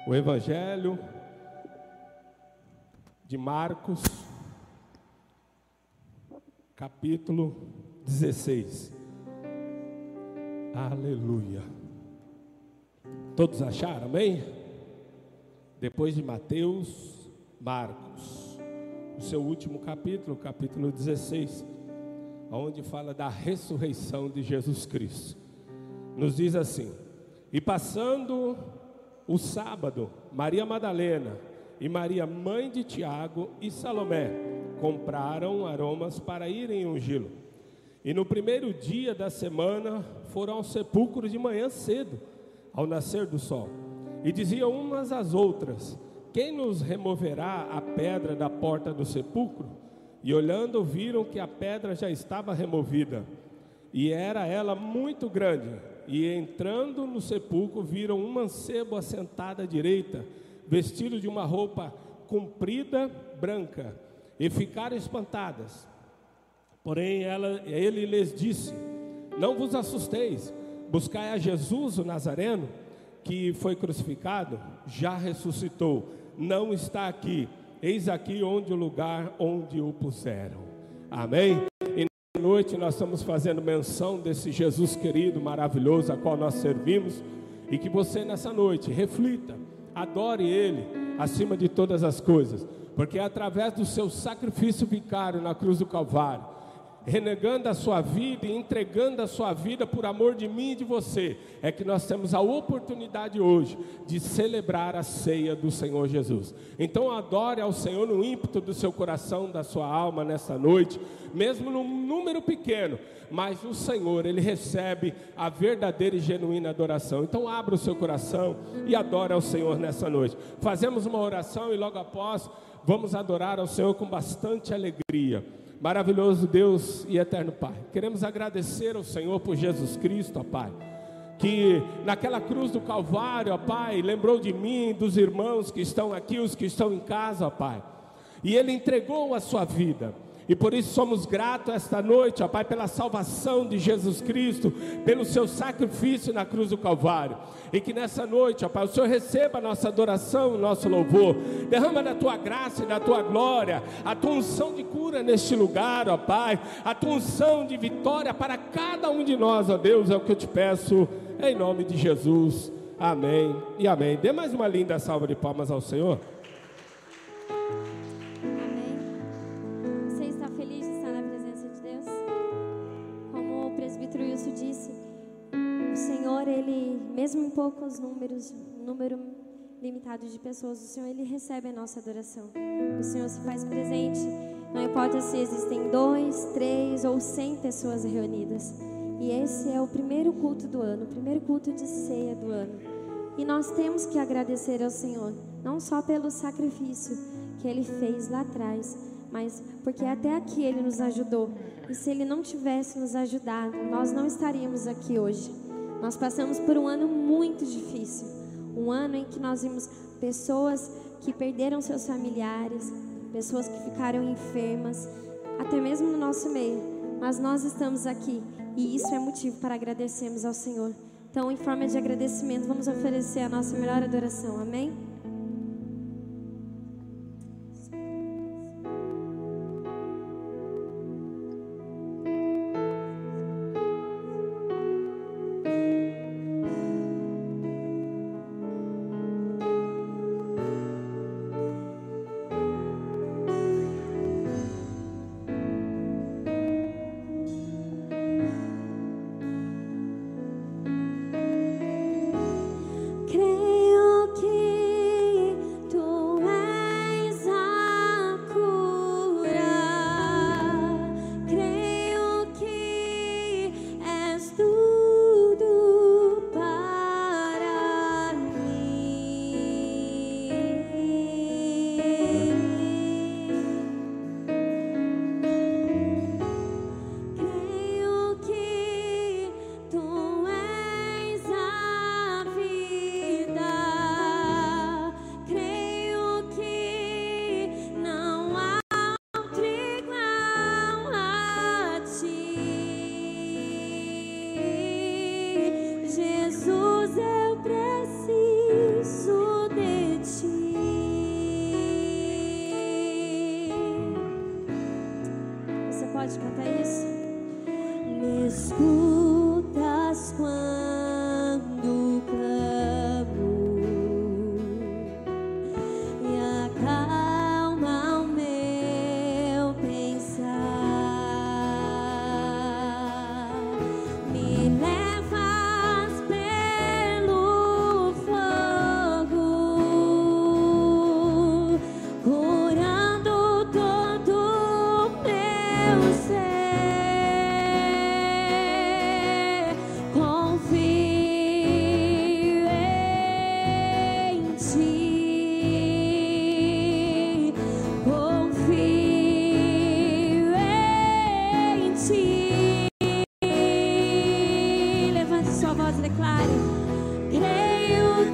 o Evangelho de Marcos, capítulo 16. Aleluia. Todos acharam, amém? Depois de Mateus, Marcos, o seu último capítulo, capítulo 16, onde fala da ressurreição de Jesus Cristo. Nos diz assim: e passando o sábado, Maria Madalena e Maria, mãe de Tiago, e Salomé compraram aromas para irem ungí-lo. E no primeiro dia da semana foram ao sepulcro de manhã cedo, ao nascer do sol, e diziam umas às outras: quem nos removerá a pedra da porta do sepulcro? E olhando, viram que a pedra já estava removida, e era ela muito grande. E entrando no sepulcro, viram um mancebo assentado à direita, vestido de uma roupa comprida branca, e ficaram espantadas. Porém ele lhes disse: não vos assusteis, buscai a Jesus o Nazareno, que foi crucificado, já ressuscitou, não está aqui, eis aqui onde o lugar onde o puseram. Amém? E nessa noite nós estamos fazendo menção desse Jesus querido, maravilhoso, a qual nós servimos, e que você nessa noite reflita, adore Ele acima de todas as coisas, porque é através do seu sacrifício vicário na cruz do Calvário, renegando a sua vida e entregando a sua vida por amor de mim e de você, é que nós temos a oportunidade hoje de celebrar a ceia do Senhor Jesus. Então adore ao Senhor no ímpeto do seu coração, da sua alma nessa noite, mesmo num número pequeno, mas o Senhor, Ele recebe a verdadeira e genuína adoração. Então abra o seu coração e adore ao Senhor nessa noite. Fazemos uma oração e logo após vamos adorar ao Senhor com bastante alegria. Maravilhoso Deus e eterno Pai, queremos agradecer ao Senhor por Jesus Cristo, ó Pai, que naquela cruz do Calvário, ó Pai, lembrou de mim, dos irmãos que estão aqui, os que estão em casa, ó Pai, e Ele entregou a sua vida. E por isso somos gratos esta noite, ó Pai, pela salvação de Jesus Cristo, pelo seu sacrifício na cruz do Calvário. E que nessa noite, ó Pai, o Senhor receba a nossa adoração, o nosso louvor. Derrama da tua graça e da tua glória, a tua unção de cura neste lugar, ó Pai, a tua unção de vitória para cada um de nós, ó Deus, é o que eu te peço, em nome de Jesus. Amém e amém. Dê mais uma linda salva de palmas ao Senhor. Ele, mesmo em poucos números, número limitado de pessoas, o Senhor, Ele recebe a nossa adoração. O Senhor se faz presente, não importa se existem 2, 3 ou 100 pessoas reunidas. E esse é o primeiro culto do ano, o primeiro culto de ceia do ano. E nós temos que agradecer ao Senhor, não só pelo sacrifício que Ele fez lá atrás, mas porque até aqui Ele nos ajudou. E se Ele não tivesse nos ajudado, nós não estaríamos aqui hoje. Nós passamos por um ano muito difícil, um ano em que nós vimos pessoas que perderam seus familiares, pessoas que ficaram enfermas, até mesmo no nosso meio, mas nós estamos aqui e isso é motivo para agradecermos ao Senhor. Então, em forma de agradecimento, vamos oferecer a nossa melhor adoração, amém? Creio que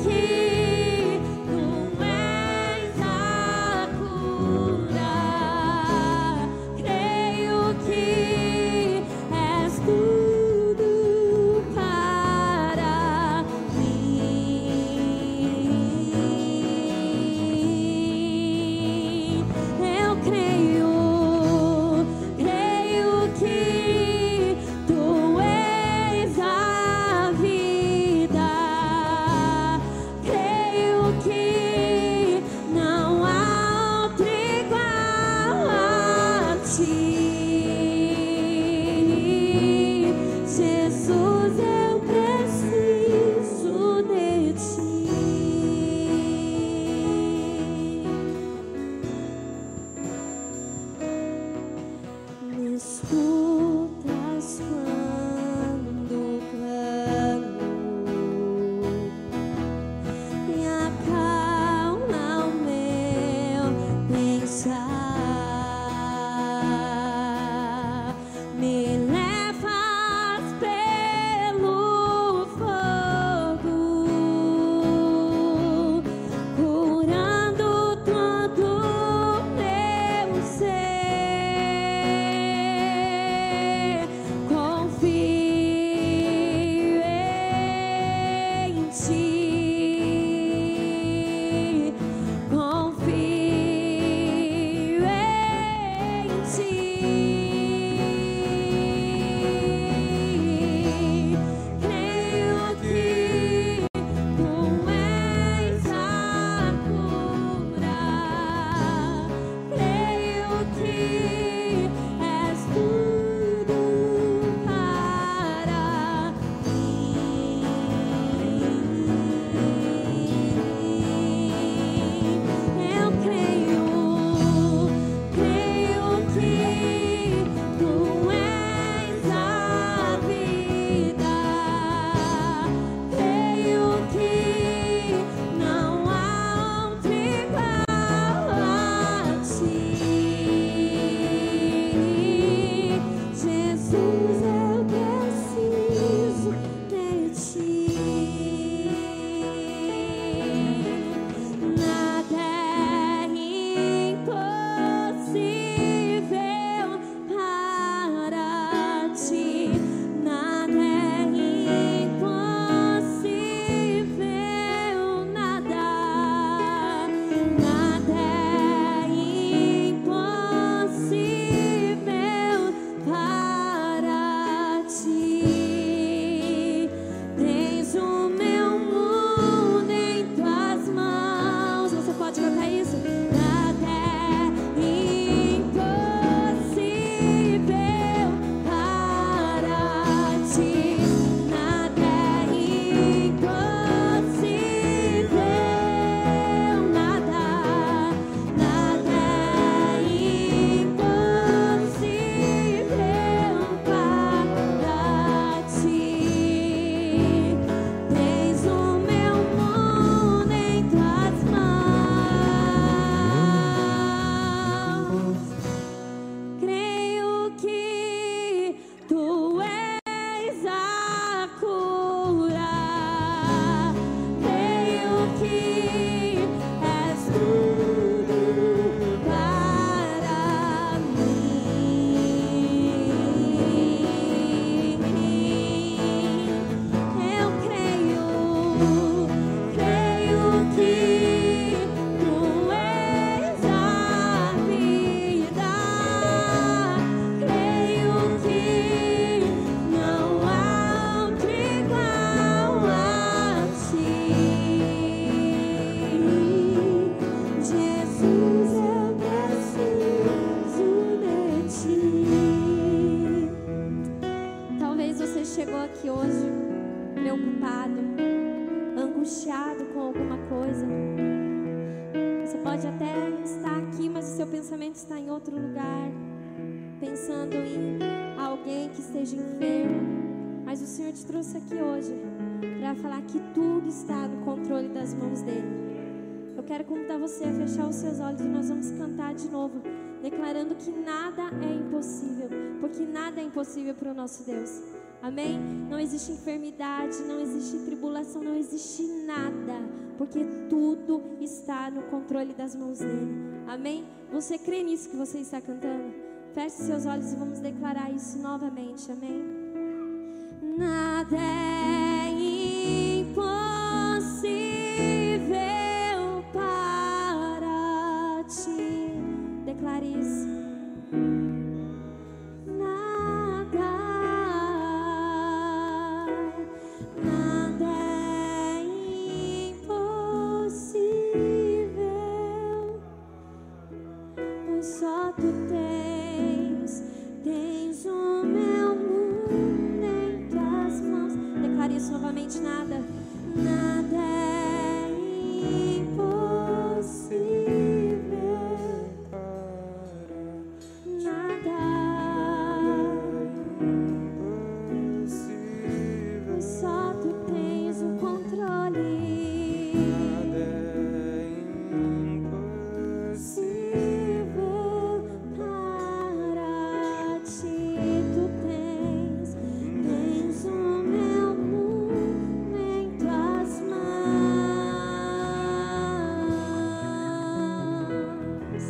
pode até estar aqui, mas o seu pensamento está em outro lugar, pensando em alguém que esteja enfermo. Mas o Senhor te trouxe aqui hoje para falar que tudo está no controle das mãos dele. Eu quero convidar você a fechar os seus olhos e nós vamos cantar de novo, declarando que nada é impossível, porque nada é impossível para o nosso Deus. Amém? Não existe enfermidade, não existe tribulação, não existe nada, porque tudo está no controle das mãos dele. Amém? Você crê nisso que você está cantando? Feche seus olhos e vamos declarar isso novamente. Amém? Nada é impossível para ti. Declare isso. Novamente, nada é impossível, nada só tu tens o controle. Nada é impossível para ti, tu tens o meu mundo em tuas mãos.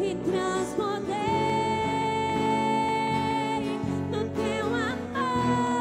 Transbordei no teu amor.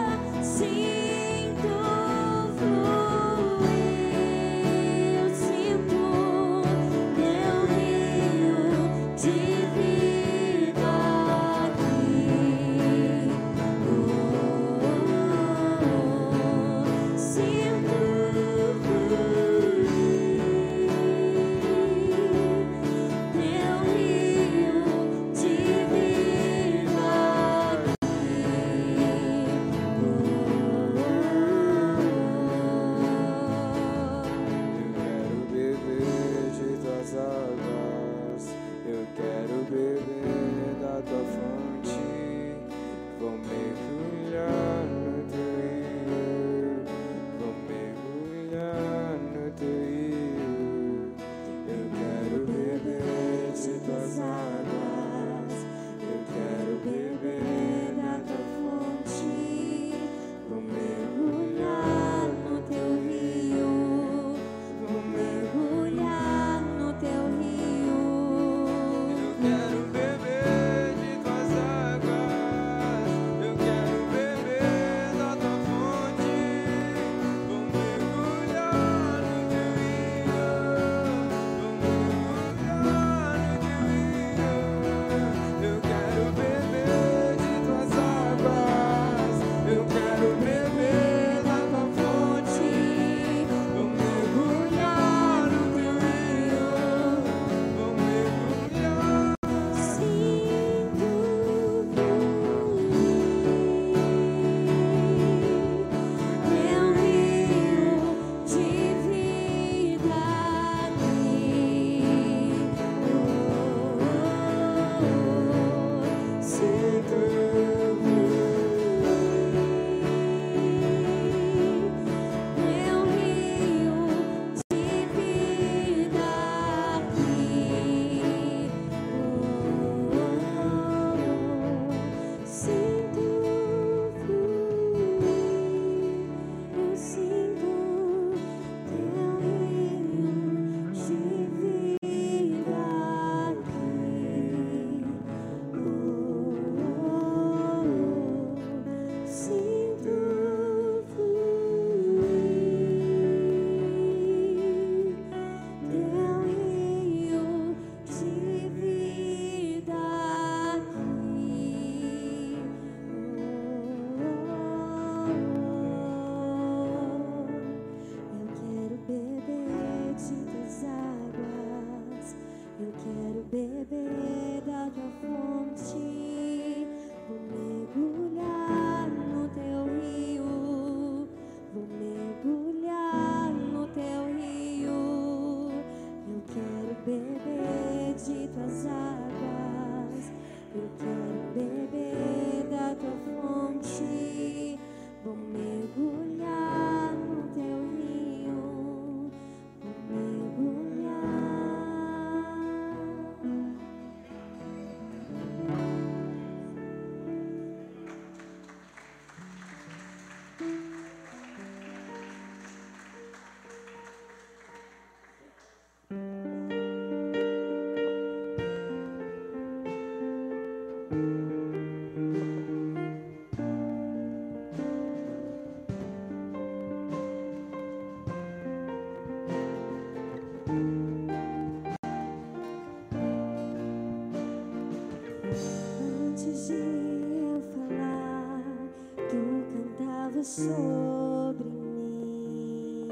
sobre mim.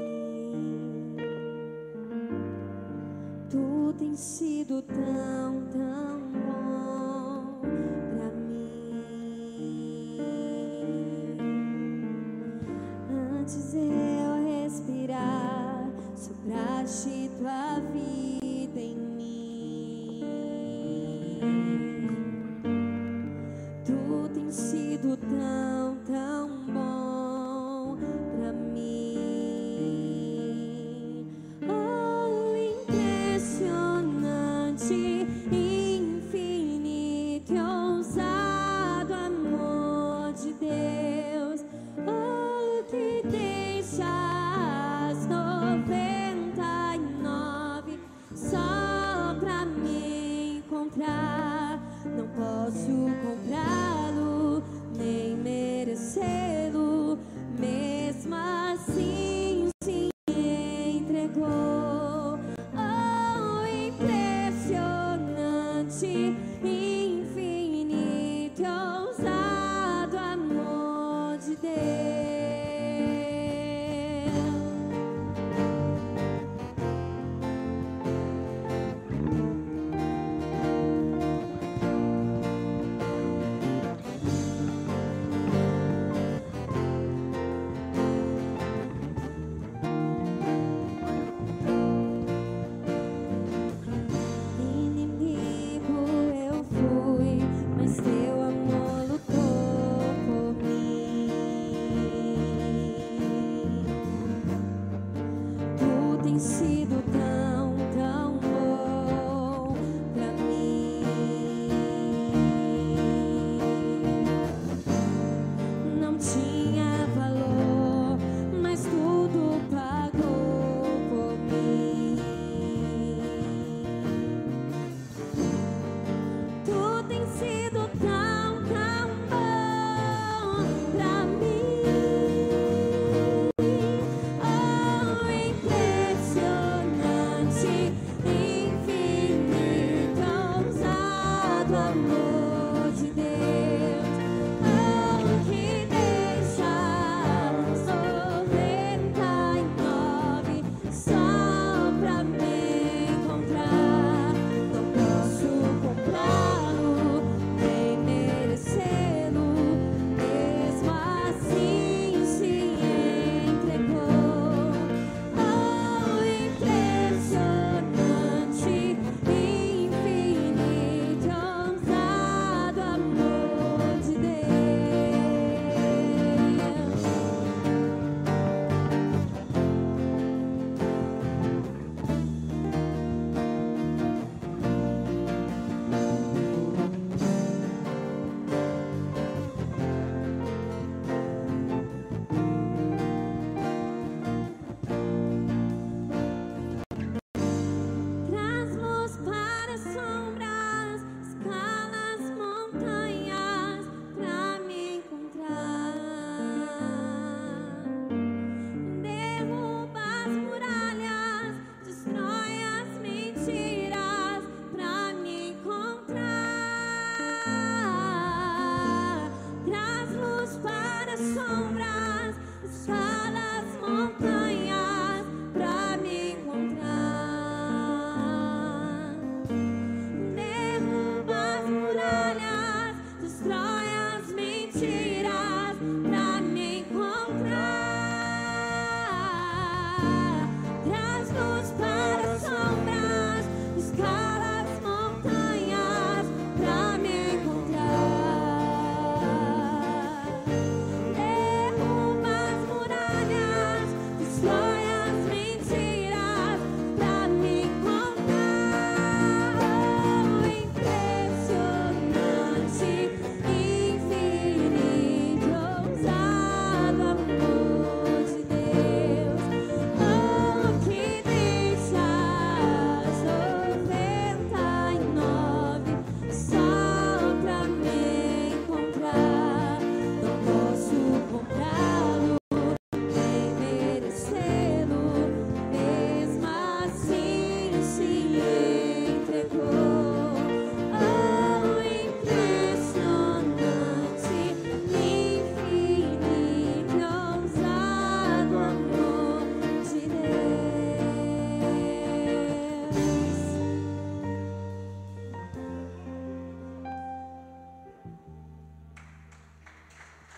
Tu tens sido tão bom pra mim. Antes eu respirar, sopraste tua vida em mim. Tu tens sido tão bom pra mim. Oh, impressionante, infinito e ousado amor de Deus. Oh, que deixas 99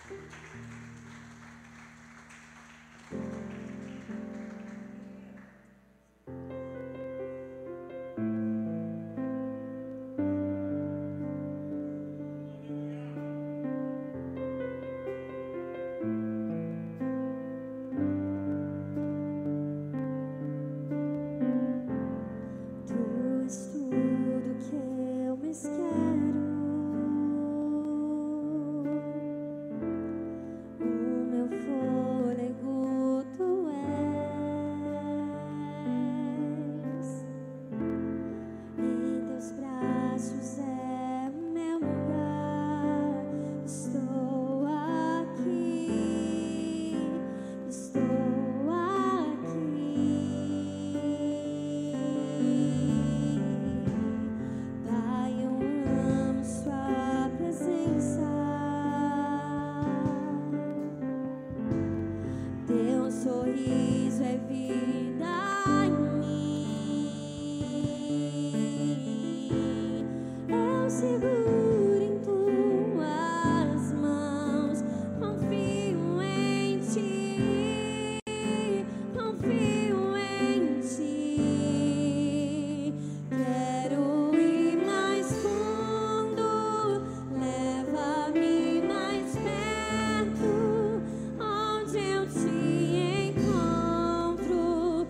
Onde eu te encontro,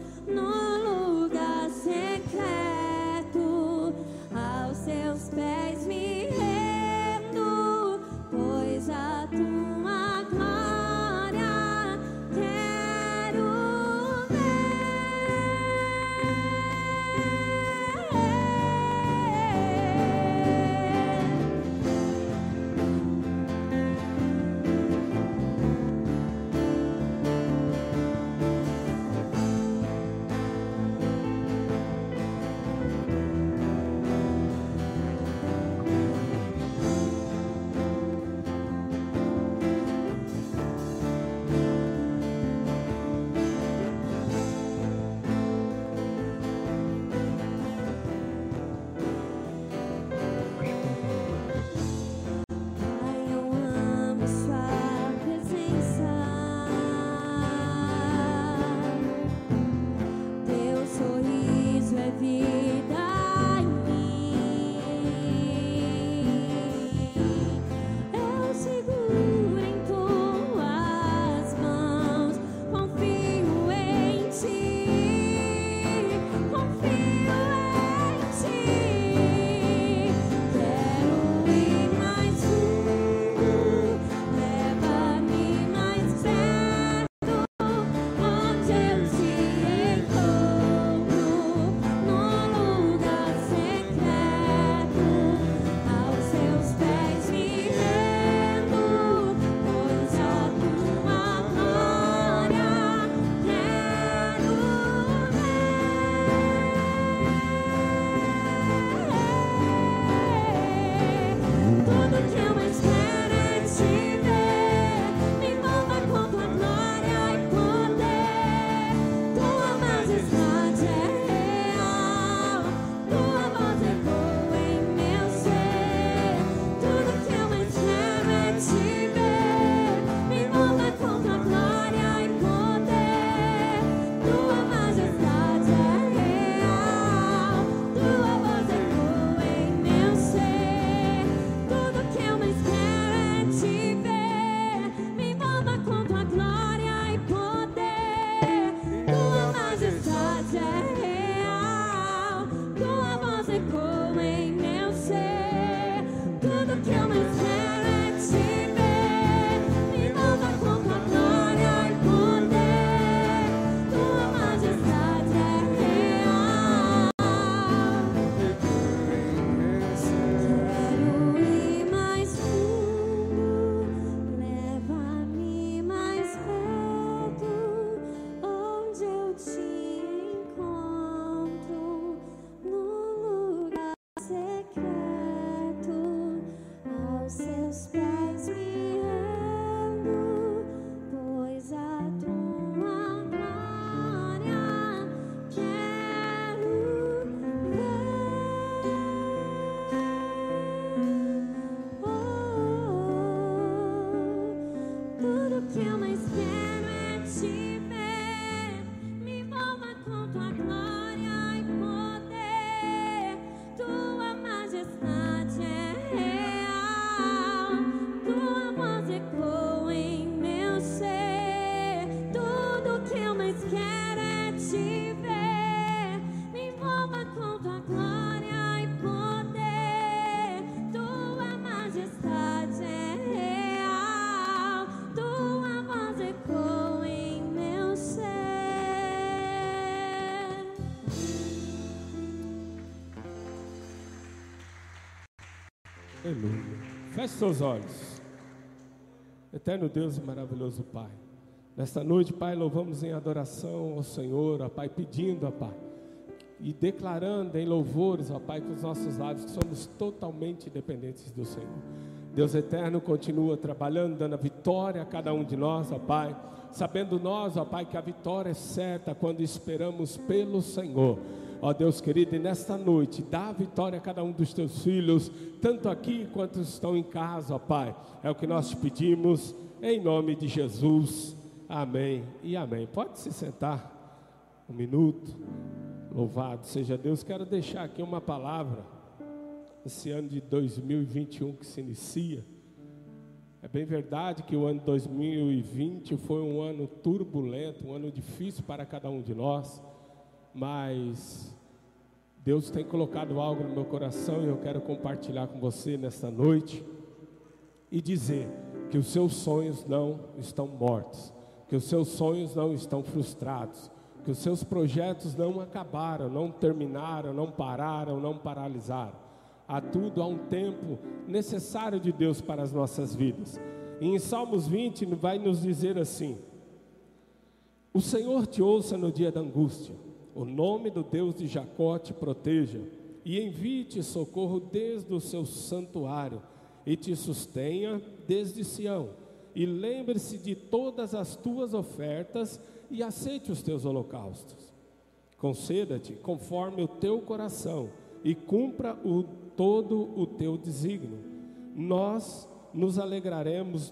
Aleluia. Feche seus olhos. Eterno Deus e maravilhoso Pai, nesta noite, Pai, louvamos em adoração ao Senhor, ó Pai, pedindo, ó Pai, e declarando em louvores, ó Pai, com os nossos lábios, que somos totalmente dependentes do Senhor. Deus eterno, continua trabalhando, dando a vitória a cada um de nós, ó Pai, sabendo nós, ó Pai, que a vitória é certa quando esperamos pelo Senhor. Ó Deus querido, e nesta noite, dá a vitória a cada um dos teus filhos, tanto aqui quanto estão em casa, ó Pai. É o que nós te pedimos, em nome de Jesus. Amém e amém. Pode se sentar um minuto. Louvado seja Deus. Quero deixar aqui uma palavra. Esse ano de 2021 que se inicia. É bem verdade que o ano 2020 foi um ano turbulento, um ano difícil para cada um de nós. Mas Deus tem colocado algo no meu coração e eu quero compartilhar com você nesta noite e dizer que os seus sonhos não estão mortos, que os seus sonhos não estão frustrados, que os seus projetos não acabaram, não terminaram, não pararam, não paralisaram. Há um tempo necessário de Deus para as nossas vidas. E em Salmos 20 vai nos dizer assim: o Senhor te ouça no dia da angústia. O nome do Deus de Jacó te proteja, e envie-te socorro desde o seu santuário, e te sustenha desde Sião. E lembre-se de todas as tuas ofertas, e aceite os teus holocaustos. Conceda-te conforme o teu coração, e cumpra todo o teu desígnio. Nós nos alegraremos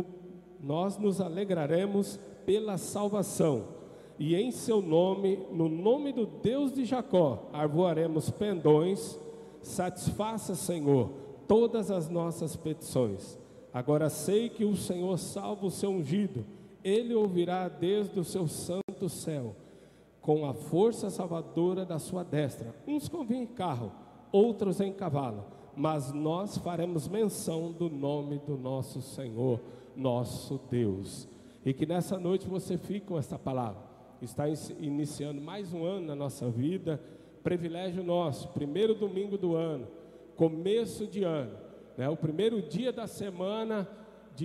pela salvação. E em seu nome, no nome do Deus de Jacó, arvoaremos pendões. Satisfaça, Senhor, todas as nossas petições. Agora sei que o Senhor salva o seu ungido. Ele ouvirá desde o seu santo céu, com a força salvadora da sua destra. Uns convêm em carro, outros em cavalo, mas nós faremos menção do nome do nosso Senhor, nosso Deus. E que nessa noite você fique com essa palavra. Está iniciando mais um ano na nossa vida, privilégio nosso, primeiro domingo do ano, começo de ano, né? O primeiro dia da semana de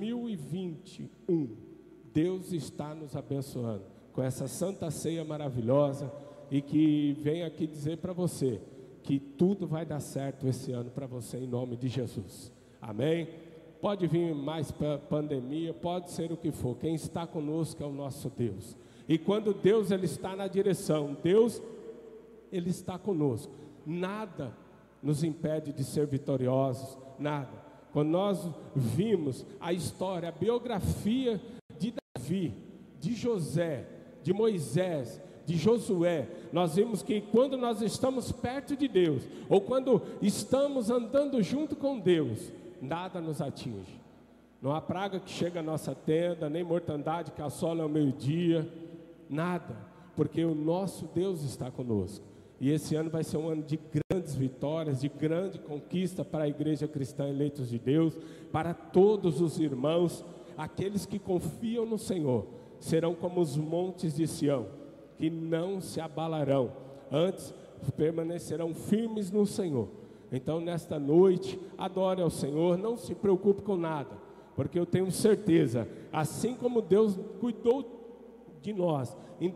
2021, Deus está nos abençoando com essa santa ceia maravilhosa e que vem aqui dizer para você que tudo vai dar certo esse ano para você em nome de Jesus, amém? Pode vir mais pandemia, pode ser o que for, quem está conosco é o nosso Deus. E quando Deus ele está na direção, Deus ele está conosco. Nada nos impede de ser vitoriosos, nada. Quando nós vimos a história, a biografia de Davi, de José, de Moisés, de Josué, nós vimos que quando nós estamos perto de Deus, ou quando estamos andando junto com Deus, nada nos atinge. Não há praga que chega à nossa tenda, nem mortandade que assola ao meio-dia. Nada, porque o nosso Deus está conosco. E esse ano vai ser um ano de grandes vitórias, de grande conquista para a igreja cristã eleitos de Deus, para todos os irmãos, aqueles que confiam no Senhor, serão como os montes de Sião, que não se abalarão, antes permanecerão firmes no Senhor. Então nesta noite, adore ao Senhor, não se preocupe com nada, porque eu tenho certeza, assim como Deus cuidou de nós, em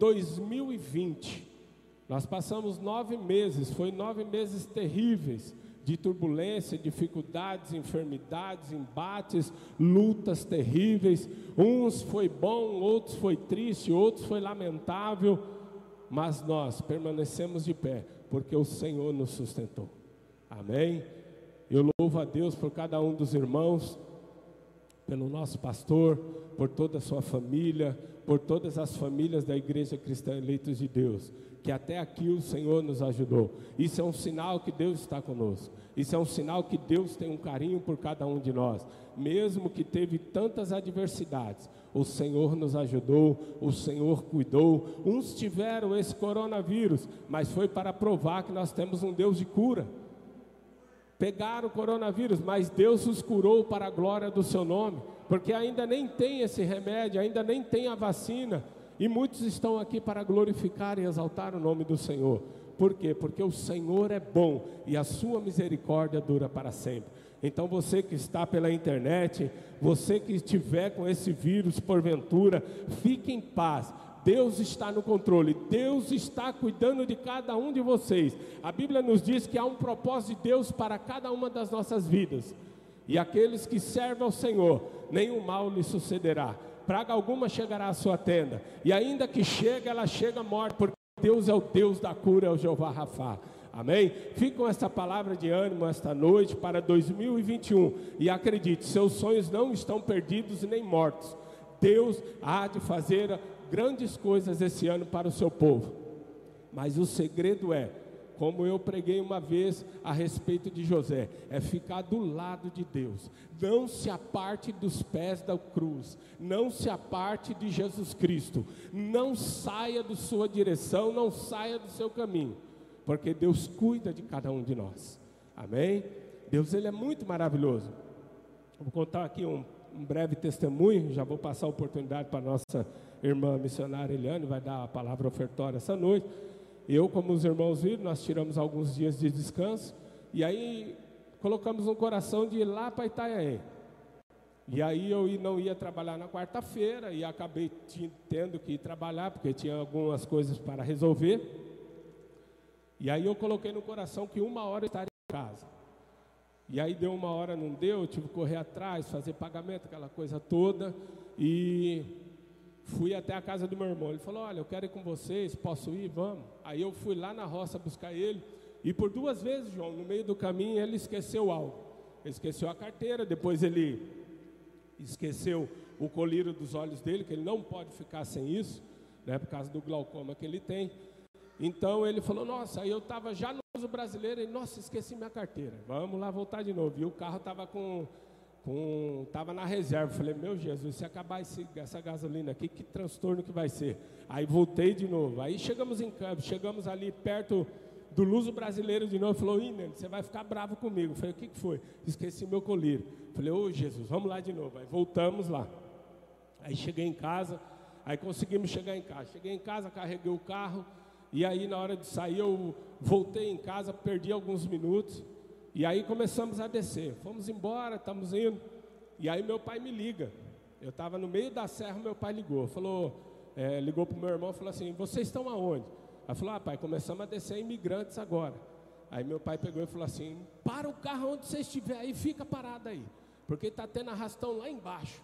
2020, nós passamos 9 meses, foi 9 meses terríveis, de turbulência, dificuldades, enfermidades, embates, lutas terríveis, uns foi bom, outros foi triste, outros foi lamentável, mas nós permanecemos de pé, porque o Senhor nos sustentou, amém? Eu louvo a Deus por cada um dos irmãos, pelo nosso pastor, por toda a sua família, por todas as famílias da igreja cristã eleitos de Deus, que até aqui o Senhor nos ajudou. Isso é um sinal que Deus está conosco, isso é um sinal que Deus tem um carinho por cada um de nós, mesmo que teve tantas adversidades, o Senhor nos ajudou, o Senhor cuidou. Uns tiveram esse coronavírus, mas foi para provar que nós temos um Deus de cura. Pegaram o coronavírus, mas Deus os curou para a glória do seu nome, porque ainda nem tem esse remédio, ainda nem tem a vacina, e muitos estão aqui para glorificar e exaltar o nome do Senhor. Por quê? Porque o Senhor é bom e a sua misericórdia dura para sempre. Então você que está pela internet, você que estiver com esse vírus porventura, fique em paz. Deus está no controle, Deus está cuidando de cada um de vocês. A Bíblia nos diz que há um propósito de Deus para cada uma das nossas vidas. E aqueles que servem ao Senhor, nenhum mal lhe sucederá. Praga alguma chegará à sua tenda. E ainda que chegue, ela chega morta, porque Deus é o Deus da cura, é o Jeová Rafá. Amém? Fique com essa palavra de ânimo esta noite para 2021. E acredite, seus sonhos não estão perdidos e nem mortos. Deus há de fazer grandes coisas esse ano para o seu povo. Mas o segredo é, como eu preguei uma vez a respeito de José, é ficar do lado de Deus. Não se aparte dos pés da cruz, não se aparte de Jesus Cristo, não saia da sua direção, não saia do seu caminho, porque Deus cuida de cada um de nós. Amém? Deus, Ele é muito maravilhoso. Vou contar aqui um breve testemunho, já vou passar a oportunidade para a nossa irmã missionária Eliane, vai dar a palavra ofertória essa noite. Eu, como os irmãos viram, nós tiramos alguns dias de descanso, e aí colocamos no coração de ir lá para Itanhaém. E aí eu não ia trabalhar na quarta-feira, e acabei tendo que ir trabalhar, porque tinha algumas coisas para resolver. E aí eu coloquei no coração que 1 hora eu estaria em casa. E aí deu 1 hora, não deu, eu tive que correr atrás, fazer pagamento, aquela coisa toda, e fui até a casa do meu irmão. Ele falou: olha, eu quero ir com vocês, posso ir? Vamos. Aí eu fui lá na roça buscar ele, e por 2 vezes, João, no meio do caminho, ele esqueceu algo. Ele esqueceu a carteira, depois ele esqueceu o colírio dos olhos dele, que ele não pode ficar sem isso, né, por causa do glaucoma que ele tem. Então ele falou: nossa, aí eu estava já no uso brasileiro, e nossa, esqueci minha carteira, vamos lá voltar de novo. E o carro estava estava na reserva. Falei: meu Jesus, se acabar essa gasolina aqui, que transtorno que vai ser? Aí voltei de novo. Aí chegamos em campo, chegamos ali perto do Luso Brasileiro de novo. Falou: Ih, você vai ficar bravo comigo. Falei: o que foi? Esqueci meu colírio. Falei: ô Jesus, vamos lá de novo. Aí voltamos lá. Aí cheguei em casa, aí conseguimos chegar em casa. Cheguei em casa, carreguei o carro, e aí na hora de sair eu voltei em casa, perdi alguns minutos. E aí começamos a descer, fomos embora, estamos indo. E aí meu pai me liga. Eu estava no meio da serra, meu pai ligou. Ligou para o meu irmão e falou assim: vocês estão aonde? Aí falou: pai, começamos a descer imigrantes agora. Aí meu pai pegou e falou assim: para o carro onde você estiver aí, fica parado aí, porque está tendo arrastão lá embaixo.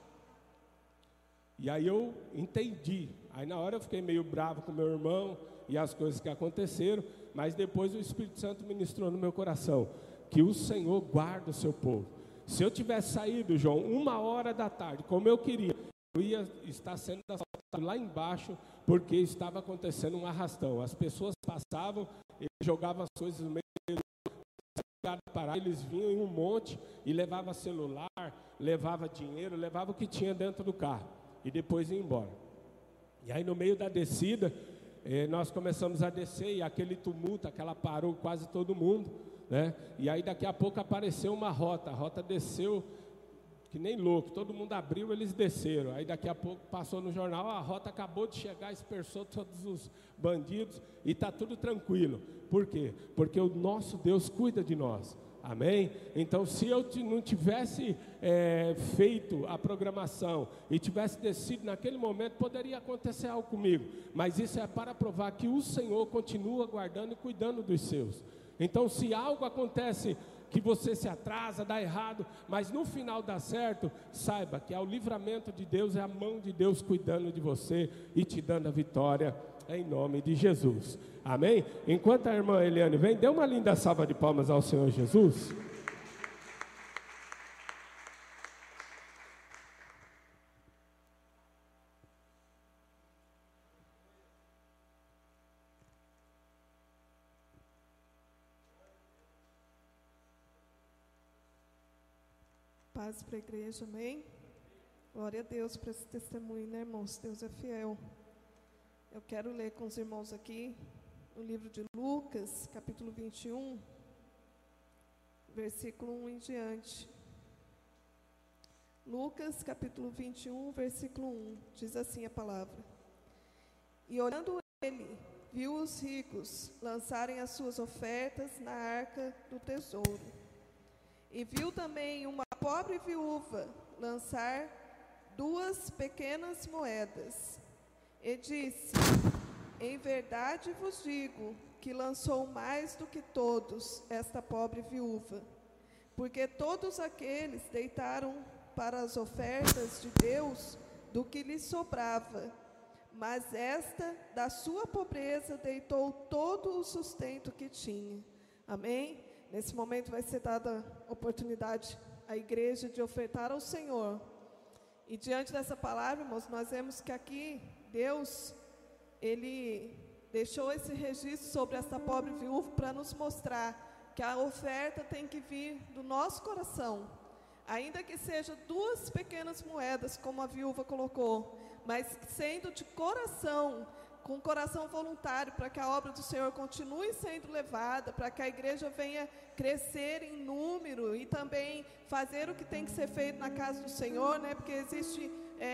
E aí eu entendi. Aí na hora eu fiquei meio bravo com meu irmão e as coisas que aconteceram, mas depois o Espírito Santo ministrou no meu coração que o Senhor guarda o seu povo. Se eu tivesse saído, João, 1 hora da tarde, como eu queria, eu ia estar sendo assaltado lá embaixo, porque estava acontecendo um arrastão. As pessoas passavam, eles jogavam as coisas no meio do eles vinham em um monte e levavam celular, levava dinheiro, levava o que tinha dentro do carro e depois ia embora. E aí no meio da descida, nós começamos a descer, e aquele tumulto, aquela parou quase todo mundo, né? E aí daqui a pouco apareceu uma rota, a rota desceu que nem louco, todo mundo abriu, eles desceram. Aí daqui a pouco passou no jornal: a rota acabou de chegar, dispersou todos os bandidos e está tudo tranquilo. Por quê? Porque o nosso Deus cuida de nós. Amém? Então, se eu não tivesse feito a programação e tivesse descido naquele momento, poderia acontecer algo comigo. Mas isso é para provar que o Senhor continua guardando e cuidando dos seus. Então, se algo acontece que você se atrasa, dá errado, mas no final dá certo, saiba que é o livramento de Deus, é a mão de Deus cuidando de você e te dando a vitória, em nome de Jesus. Amém? Enquanto a irmã Eliane vem, dê uma linda salva de palmas ao Senhor Jesus. Paz para a igreja, amém? Glória a Deus por esse testemunho, né, irmãos? Deus é fiel. Eu quero ler com os irmãos aqui o livro de Lucas, capítulo 21, versículo 1 em diante. Lucas, capítulo 21, versículo 1, diz assim a palavra: E olhando ele, viu os ricos lançarem as suas ofertas na arca do tesouro. E viu também uma pobre viúva lançar 2 pequenas moedas. E disse: em verdade vos digo que lançou mais do que todos esta pobre viúva, porque todos aqueles deitaram para as ofertas de Deus do que lhes sobrava, mas esta, da sua pobreza, deitou todo o sustento que tinha. Amém? Nesse momento vai ser dada oportunidade à igreja de ofertar ao Senhor. E diante dessa palavra, irmãos, nós vemos que aqui Deus, Ele deixou esse registro sobre essa pobre viúva para nos mostrar que a oferta tem que vir do nosso coração. Ainda que seja 2 pequenas moedas, como a viúva colocou, mas sendo de coração, com coração voluntário, para que a obra do Senhor continue sendo levada, para que a igreja venha crescer em número e também fazer o que tem que ser feito na casa do Senhor, né? Porque existe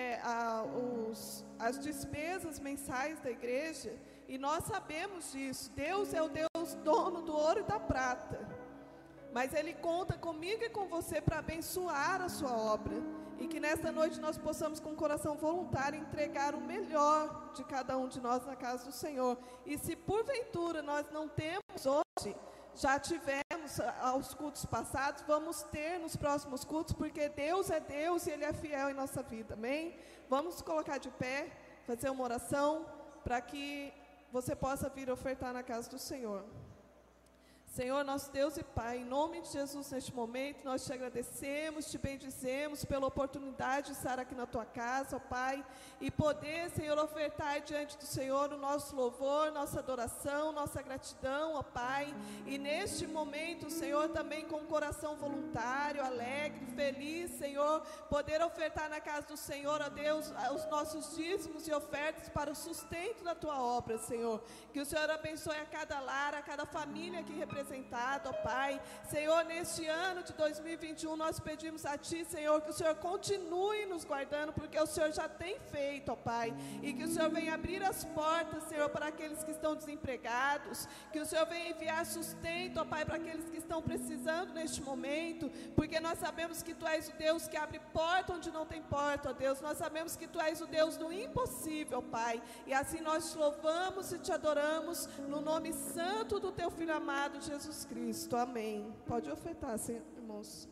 as despesas mensais da igreja, e nós sabemos disso. Deus é o Deus dono do ouro e da prata, mas Ele conta comigo e com você para abençoar a sua obra. E que nesta noite nós possamos, com o coração voluntário, entregar o melhor de cada um de nós na casa do Senhor. E se porventura nós não temos hoje, já tivemos aos cultos passados, vamos ter nos próximos cultos, porque Deus é Deus e Ele é fiel em nossa vida, amém? Vamos colocar de pé, fazer uma oração, para que você possa vir ofertar na casa do Senhor. Senhor, nosso Deus e Pai, em nome de Jesus, neste momento, nós te agradecemos, te bendizemos pela oportunidade de estar aqui na tua casa, ó Pai, e poder, Senhor, ofertar diante do Senhor o nosso louvor, nossa adoração, nossa gratidão, ó Pai, e neste momento, Senhor, também com um coração voluntário, alegre, feliz, Senhor, poder ofertar na casa do Senhor, ó Deus, os nossos dízimos e ofertas para o sustento da tua obra, Senhor. Que o Senhor abençoe a cada lar, a cada família aqui representada, ó Pai. Senhor, neste ano de 2021, nós pedimos a Ti, Senhor, que o Senhor continue nos guardando, porque o Senhor já tem feito, ó Pai, e que o Senhor venha abrir as portas, Senhor, para aqueles que estão desempregados, que o Senhor venha enviar sustento, ó Pai, para aqueles que estão precisando neste momento, porque nós sabemos que Tu és o Deus que abre porta onde não tem porta, ó Deus. Nós sabemos que Tu és o Deus do impossível, Pai, e assim nós te louvamos e te adoramos, no nome santo do Teu Filho amado, Jesus Cristo, amém. Pode ofertar, irmãos.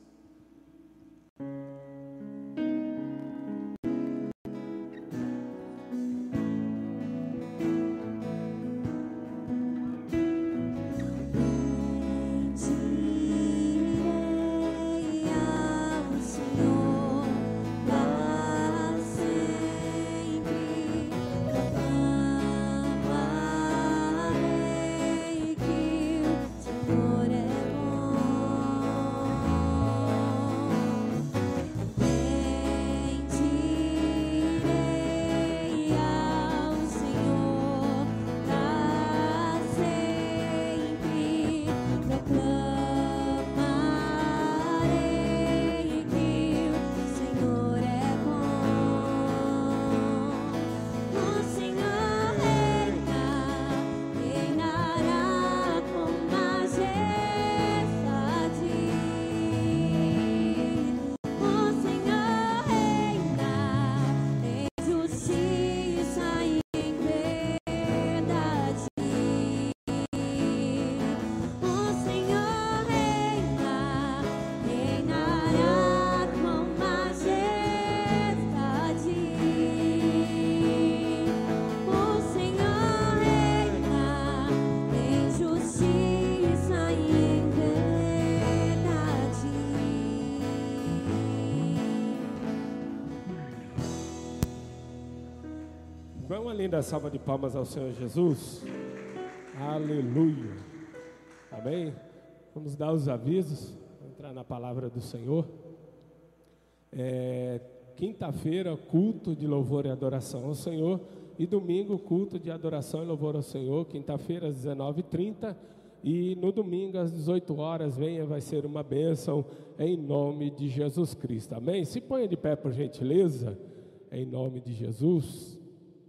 Uma linda salva de palmas ao Senhor Jesus. Aleluia. Amém? Vamos dar os avisos, entrar na palavra do Senhor. Quinta-feira, culto de louvor e adoração ao Senhor. E domingo, culto de adoração e louvor ao Senhor. Quinta-feira, às 19h30. E no domingo, às 18 horas, venha, vai ser uma bênção em nome de Jesus Cristo. Amém? Se ponha de pé, por gentileza, em nome de Jesus.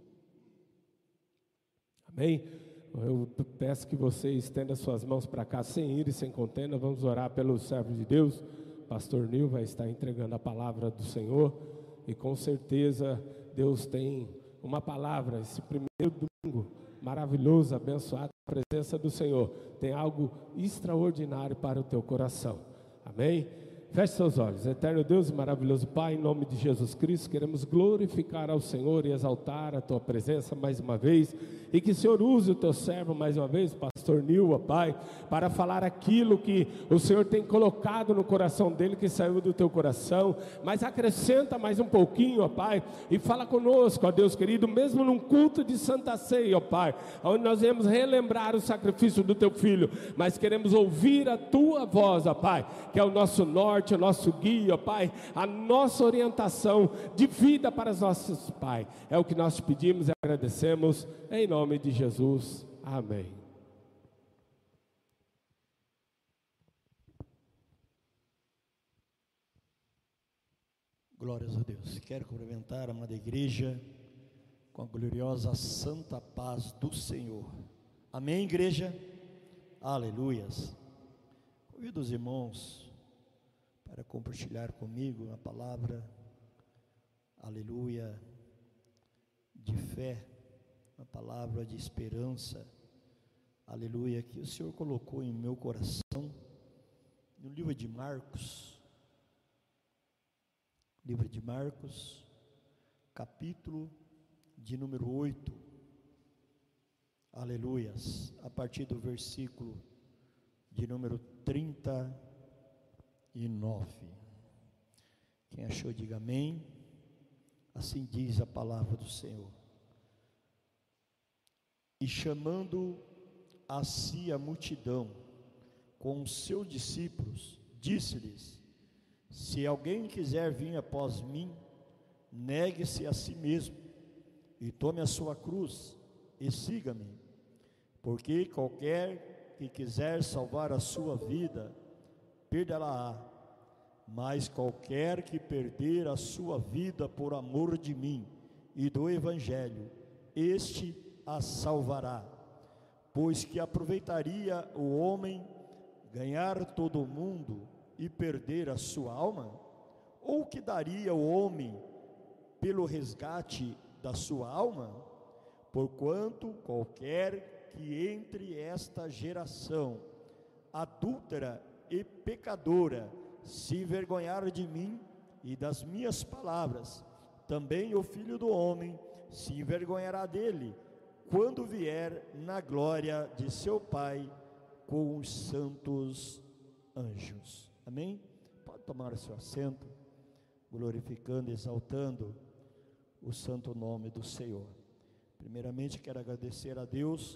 Amém? Eu peço que você estenda suas mãos para cá, sem ir e sem contenda. Vamos orar pelos servos de Deus, pastor Nil vai estar entregando a palavra do Senhor, e com certeza Deus tem uma palavra, esse primeiro domingo maravilhoso, abençoado, a presença do Senhor, tem algo extraordinário para o teu coração, amém? Feche seus olhos. Eterno Deus e maravilhoso Pai, em nome de Jesus Cristo, queremos glorificar ao Senhor e exaltar a Tua presença mais uma vez, e que o Senhor use o Teu servo mais uma vez, pastor Nil, ó Pai, para falar aquilo que o Senhor tem colocado no coração dele, que saiu do Teu coração, mas acrescenta mais um pouquinho, ó Pai, e fala conosco, ó Deus querido, mesmo num culto de Santa Ceia, ó Pai, onde nós iremos relembrar o sacrifício do Teu Filho, mas queremos ouvir a Tua voz, ó Pai, que é o nosso norte, o nosso guia, ó Pai, a nossa orientação de vida para os nossos pais, é o que nós te pedimos e agradecemos, em nome de Jesus, amém. Glórias a Deus. Quero cumprimentar a amada igreja com a gloriosa santa paz do Senhor. Amém, igreja? Aleluias. Convido os irmãos para compartilhar comigo a palavra, aleluia, de fé, uma palavra de esperança, aleluia, que o Senhor colocou em meu coração, no livro de Marcos, capítulo de número 8, aleluias, a partir do versículo de número 39. Quem achou, diga amém. Assim diz a palavra do Senhor. E chamando a si a multidão com os seus discípulos, disse-lhes: se alguém quiser vir após mim, negue-se a si mesmo e tome a sua cruz e siga-me, porque qualquer que quiser salvar a sua vida, perdê-la-á, mas qualquer que perder a sua vida por amor de mim e do Evangelho, este a salvará. Pois que aproveitaria o homem ganhar todo o mundo e perder a sua alma? Ou que daria o homem pelo resgate da sua alma? Porquanto qualquer que entre esta geração adúltera e pecadora se envergonhar de mim e das minhas palavras, também o Filho do Homem se envergonhará dele, quando vier na glória de seu Pai com os santos anjos. Amém? Pode tomar o seu assento, glorificando e exaltando o santo nome do Senhor. Primeiramente quero agradecer a Deus,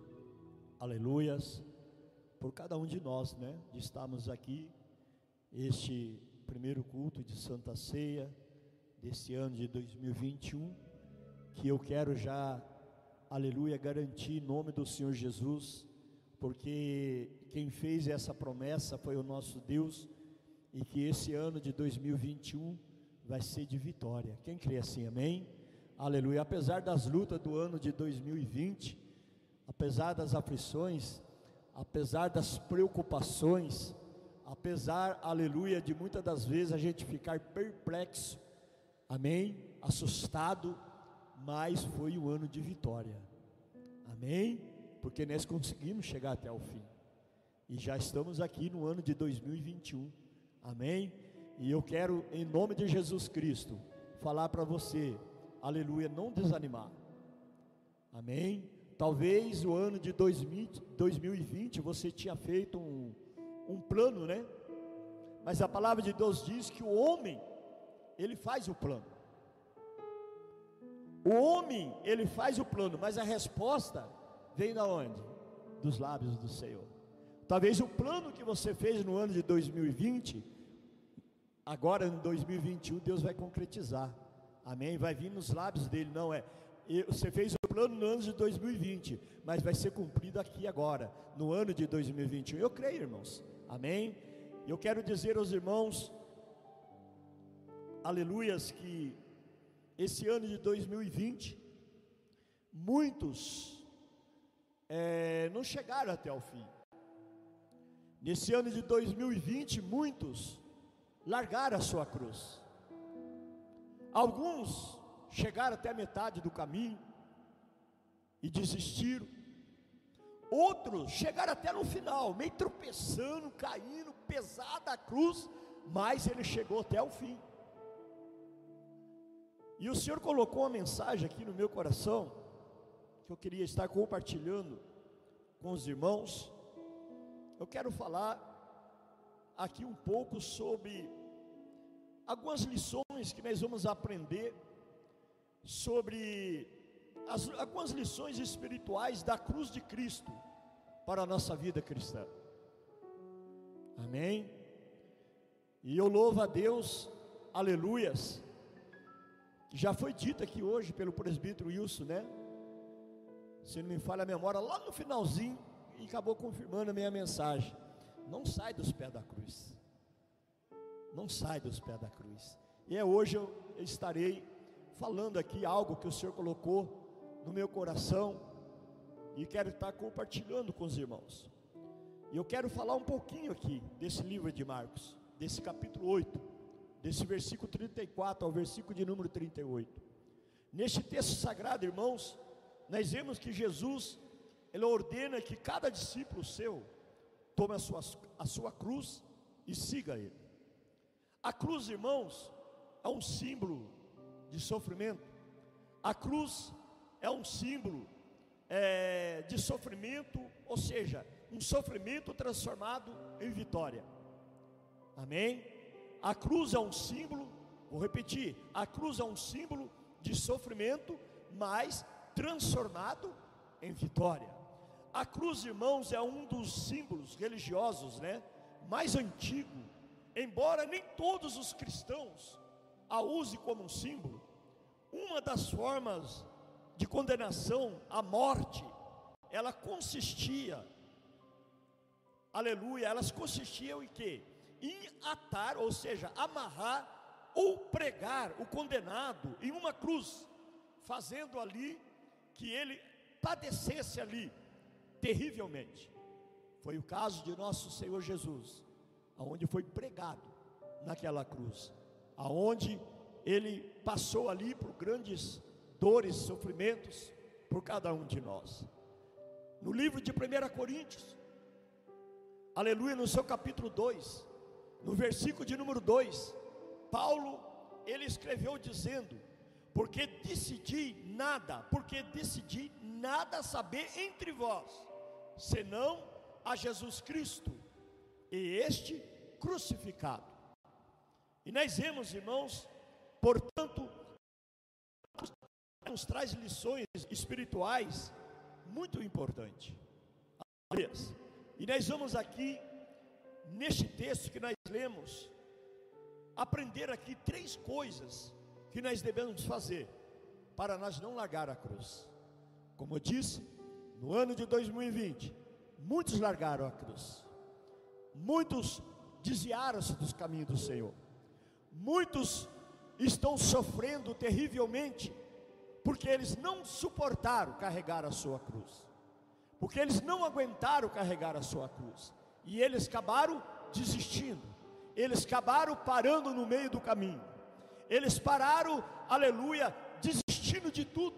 aleluias, por cada um de nós, de estarmos aqui, este primeiro culto de Santa Ceia, desse ano de 2021, que eu quero já, aleluia, garantir em nome do Senhor Jesus, porque quem fez essa promessa foi o nosso Deus, e que esse ano de 2021 vai ser de vitória. Quem crê assim, amém? Aleluia. Apesar das lutas do ano de 2020, apesar das aflições, apesar das preocupações, apesar, aleluia, de muitas das vezes a gente ficar perplexo, amém, assustado, mas foi um ano de vitória, amém, porque nós conseguimos chegar até o fim, e já estamos aqui no ano de 2021, amém, e eu quero, em nome de Jesus Cristo, falar para você, aleluia, não desanimar, amém. Talvez o ano de 2020 você tinha feito um plano, mas a palavra de Deus diz que o homem, ele faz o plano. O homem, ele faz o plano, mas a resposta vem da onde? Dos lábios do Senhor. Talvez o plano que você fez no ano de 2020, agora em 2021 Deus vai concretizar, amém? Vai vir nos lábios dele, não é? Você fez o plano no ano de 2020, mas vai ser cumprido aqui agora, no ano de 2021. Eu creio, irmãos, amém? Eu quero dizer aos irmãos, aleluias, que esse ano de 2020, muitos não chegaram até o fim. Nesse ano de 2020, muitos largaram a sua cruz. Alguns chegaram até a metade do caminho e desistiram. Outros chegaram até no final, meio tropeçando, caindo, pesada a cruz, mas ele chegou até o fim. E o Senhor colocou uma mensagem aqui no meu coração, que eu queria estar compartilhando com os irmãos. Eu quero falar aqui um pouco sobre algumas lições que nós vamos aprender sobre algumas lições espirituais da cruz de Cristo para a nossa vida cristã. Amém? E eu louvo a Deus, aleluias, que já foi dito aqui hoje pelo presbítero Wilson, né? Se não me falha a memória, lá no finalzinho, e acabou confirmando a minha mensagem. Não sai dos pés da cruz. Não sai dos pés da cruz. E hoje eu estarei falando aqui algo que o Senhor colocou no meu coração e quero estar compartilhando com os irmãos. E eu quero falar um pouquinho aqui desse livro de Marcos, desse capítulo 8, desse versículo 34 ao versículo de número 38. Neste texto sagrado, irmãos, nós vemos que Jesus, ele ordena que cada discípulo seu tome a sua cruz e siga ele. A cruz, irmãos, é um símbolo de sofrimento. A cruz é um símbolo de sofrimento, ou seja, um sofrimento transformado em vitória. Amém? A cruz é um símbolo, vou repetir, a cruz é um símbolo de sofrimento, mas transformado em vitória. A cruz, irmãos, é um dos símbolos religiosos, né, mais antigo, embora nem todos os cristãos a usem como um símbolo. Uma das formas de condenação à morte, ela consistia, aleluia, elas consistiam em quê? Em atar, ou seja, amarrar ou pregar o condenado em uma cruz, fazendo ali que ele padecesse ali terrivelmente. Foi o caso de nosso Senhor Jesus, aonde foi pregado naquela cruz, aonde ele passou ali por grandes dores, sofrimentos por cada um de nós. No livro de 1 Coríntios, aleluia, no seu capítulo 2, no versículo de número 2, Paulo, ele escreveu dizendo: porque decidi nada saber entre vós, senão a Jesus Cristo e este crucificado. E nós vemos, irmãos, portanto, nos traz lições espirituais muito importantes. E nós vamos aqui, neste texto que nós lemos, aprender aqui 3 coisas que nós devemos fazer para nós não largar a cruz. Como eu disse, no ano de 2020, muitos largaram a cruz, muitos desviaram-se dos caminhos do Senhor, muitos estão sofrendo terrivelmente, porque eles não suportaram carregar a sua cruz, porque eles não aguentaram carregar a sua cruz, e eles acabaram desistindo, eles acabaram parando no meio do caminho, eles pararam, aleluia, desistindo de tudo,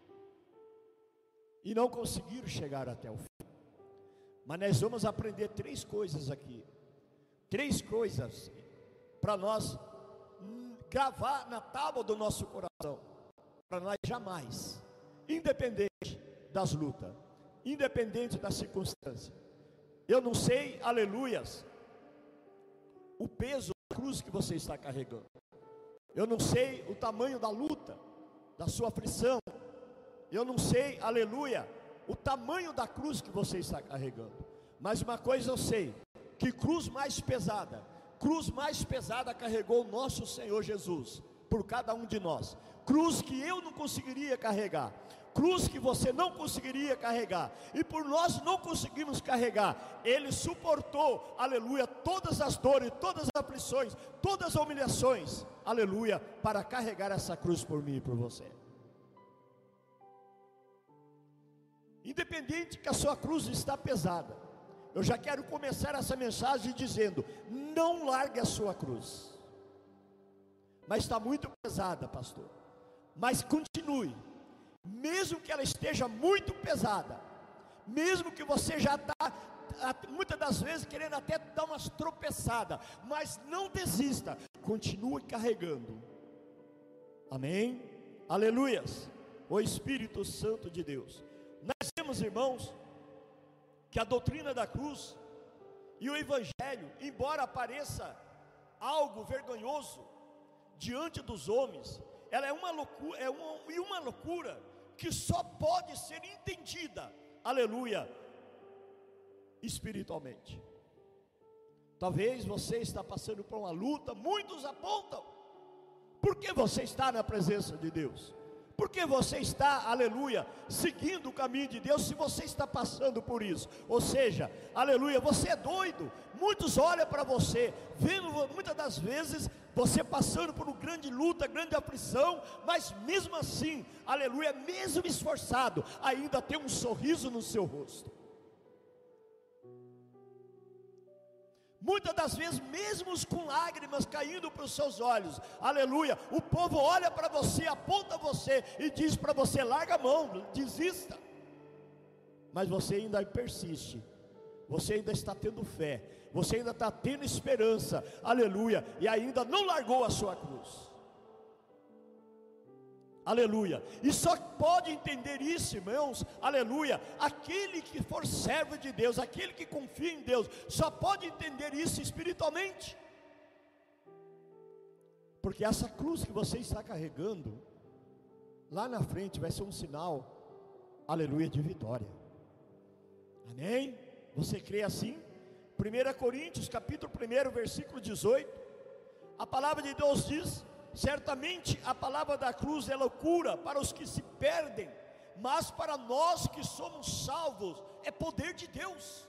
e não conseguiram chegar até o fim. Mas nós vamos aprender 3 coisas aqui, 3 coisas para nós gravar na tábua do nosso coração, para nós jamais, independente das lutas, independente da circunstância. Eu não sei, aleluias, o peso da cruz que você está carregando. Eu não sei o tamanho da luta, da sua aflição. Eu não sei, aleluia, o tamanho da cruz que você está carregando. Mas uma coisa eu sei, que cruz mais pesada carregou o nosso Senhor Jesus, por cada um de nós. Cruz que eu não conseguiria carregar, cruz que você não conseguiria carregar, e por nós não conseguimos carregar, Ele suportou, aleluia, todas as dores, todas as aflições, todas as humilhações, aleluia, para carregar essa cruz por mim e por você. Independente que a sua cruz está pesada, eu já quero começar essa mensagem dizendo: não largue a sua cruz. Mas está muito pesada, pastor. Mas continue, mesmo que ela esteja muito pesada, mesmo que você já está, muitas das vezes, querendo até dar umas tropeçadas, mas não desista, continue carregando. Amém? Aleluias. O Espírito Santo de Deus. Nós temos, irmãos, que a doutrina da cruz e o Evangelho, embora pareça algo vergonhoso diante dos homens, ela é uma loucura, uma loucura que só pode ser entendida, aleluia, espiritualmente. Talvez você está passando por uma luta, muitos apontam, por que você está na presença de Deus? Por que você está, aleluia, seguindo o caminho de Deus, se você está passando por isso? Ou seja, aleluia, você é doido. Muitos olham para você, vendo muitas das vezes você passando por uma grande luta, grande aflição, mas mesmo assim, aleluia, mesmo esforçado, ainda tem um sorriso no seu rosto. Muitas das vezes, mesmo com lágrimas caindo para os seus olhos, aleluia, o povo olha para você, aponta você e diz para você: larga a mão, desista. Mas você ainda persiste, você ainda está tendo fé, você ainda está tendo esperança, aleluia, e ainda não largou a sua cruz. Aleluia, e só pode entender isso, irmãos, aleluia, aquele que for servo de Deus, aquele que confia em Deus, só pode entender isso espiritualmente, porque essa cruz que você está carregando, lá na frente vai ser um sinal, aleluia, de vitória. Amém? Você crê assim? 1 Coríntios capítulo 1, versículo 18, a palavra de Deus diz: certamente a palavra da cruz é loucura para os que se perdem, mas para nós que somos salvos é poder de Deus.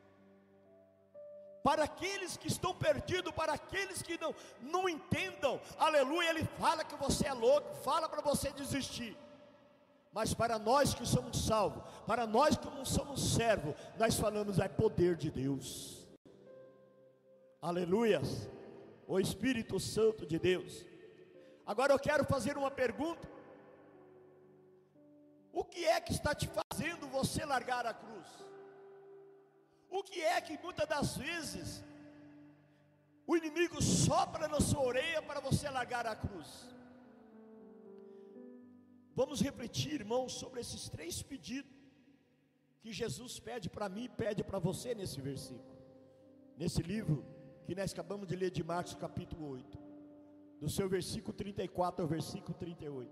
Para aqueles que estão perdidos, para aqueles que não entendam, aleluia, ele fala que você é louco, fala para você desistir. Mas para nós que somos salvos, para nós que não somos servos, nós falamos: é poder de Deus. Aleluias, o Espírito Santo de Deus. Agora eu quero fazer uma pergunta: o que é que está te fazendo você largar a cruz? O que é que muitas das vezes o inimigo sopra na sua orelha para você largar a cruz? Vamos refletir, irmãos, sobre esses 3 pedidos que Jesus pede para mim e pede para você nesse versículo, nesse livro que nós acabamos de ler de Marcos capítulo 8, do seu versículo 34 ao versículo 38.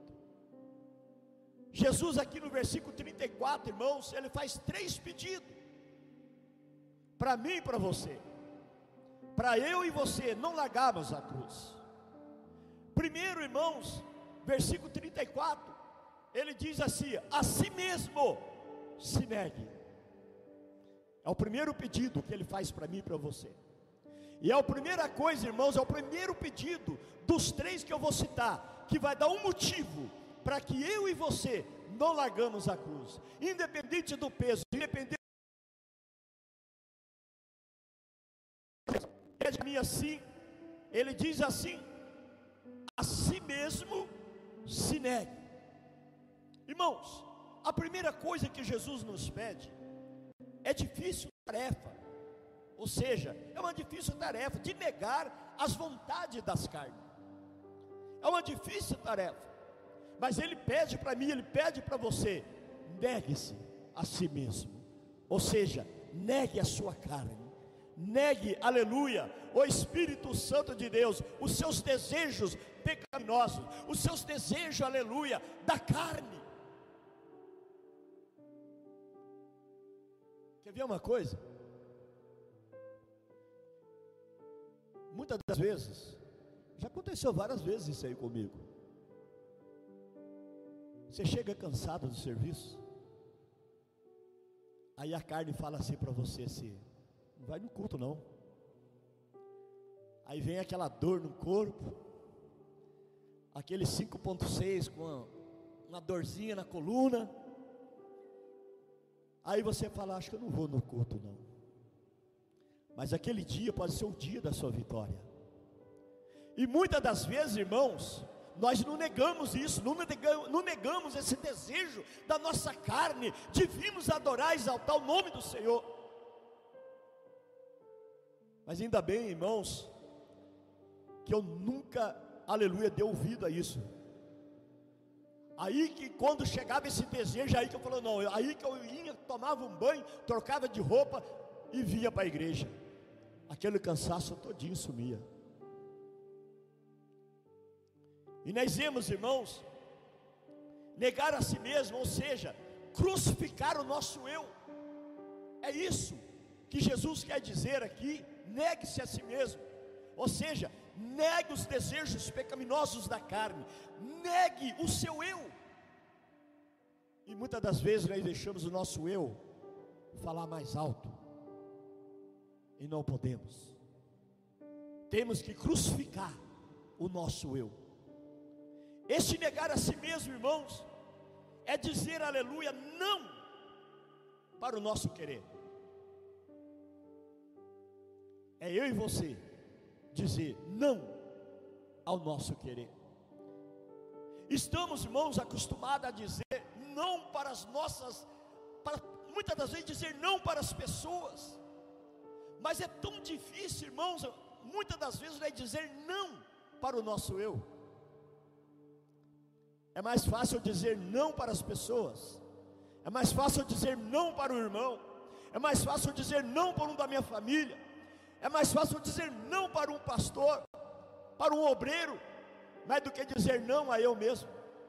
Jesus aqui no versículo 34, irmãos, ele faz 3 pedidos para mim e para você, para eu e você não largarmos a cruz. Primeiro, irmãos, versículo 34, ele diz assim: a si mesmo se negue. É o primeiro pedido que ele faz para mim e para você. E é a primeira coisa, irmãos, é o primeiro pedido dos 3 que eu vou citar, que vai dar um motivo para que eu e você não largamos a cruz, independente do peso, independente de mim. Assim, ele diz assim: a si mesmo se negue. Irmãos, a primeira coisa que Jesus nos pede é difícil tarefa. Ou seja, é uma difícil tarefa de negar as vontades das carnes. É uma difícil tarefa, mas ele pede para mim, ele pede para você: negue-se a si mesmo. Ou seja, negue a sua carne, negue, aleluia, o Espírito Santo de Deus, os seus desejos pecaminosos, os seus desejos, aleluia, da carne. Quer ver uma coisa? Muitas das vezes, já aconteceu várias vezes isso aí comigo. Você chega cansado do serviço, aí a carne fala assim para você assim: não vai no culto não. Aí vem aquela dor no corpo, aquele 5.6 com uma dorzinha na coluna. Aí você fala: acho que eu não vou no culto não. mas aquele dia pode ser o dia da sua vitória. E muitas das vezes, irmãos, nós não negamos isso, não negamos esse desejo da nossa carne de virmos adorar e exaltar o nome do Senhor. Mas ainda bem, irmãos, que eu nunca, aleluia, dei ouvido a isso. Aí que quando chegava esse desejo, aí que eu falava, não, aí que eu ia, tomava um banho, trocava de roupa e vinha para a igreja. Aquele cansaço todinho sumia. E nós vemos, irmãos, negar a si mesmo, ou seja, crucificar o nosso eu. É isso que Jesus quer dizer aqui, negue-se a si mesmo. Ou seja, negue os desejos pecaminosos da carne, negue o seu eu. E muitas das vezes nós deixamos o nosso eu falar mais alto, e não podemos. Temos que crucificar o nosso eu. Este negar a si mesmo, irmãos, é dizer, aleluia, não para o nosso querer. É eu e você dizer não ao nosso querer. Estamos, irmãos, acostumados a dizer não para as nossas, muitas das vezes dizer não para as pessoas, mas é tão difícil, irmãos, muitas das vezes é dizer não para o nosso eu. É mais fácil dizer não para as pessoas, é mais fácil dizer não para o irmão, é mais fácil dizer não para um da minha família, é mais fácil dizer não para um pastor, para um obreiro, mais do que dizer não a eu mesmo.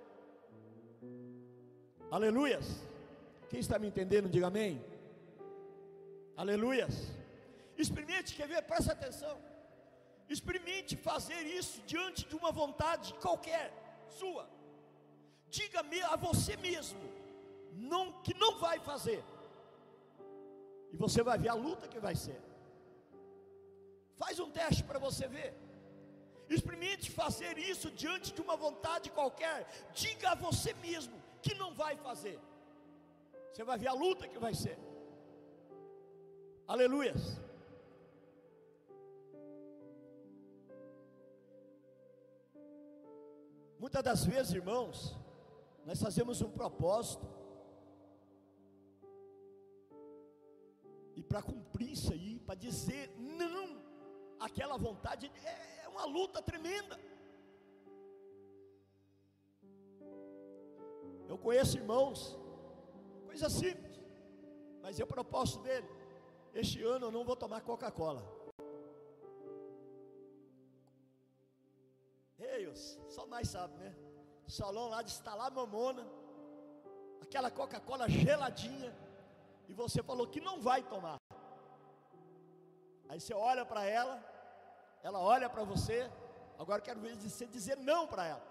Aleluias. Quem está me entendendo, diga amém. Aleluias. Experimente, quer ver? Presta atenção. Experimente fazer isso diante de uma vontade qualquer sua. Diga a você mesmo que não vai fazer, e você vai ver a luta que vai ser. Faz um teste para você ver. Experimente fazer isso diante de uma vontade qualquer. Diga a você mesmo que não vai fazer. Você vai ver a luta que vai ser. Aleluias. Muitas das vezes, irmãos, nós fazemos um propósito, e para cumprir isso aí, para dizer não àquela vontade, é uma luta tremenda. Eu conheço irmãos, coisa simples, mas é o propósito dele: este ano eu não vou tomar Coca-Cola. Só nós sabemos, né? Solão lá de estalar mamona, aquela Coca-Cola geladinha, e você falou que não vai tomar. Aí você olha para ela olha para você. Agora eu quero ver você dizer não para ela.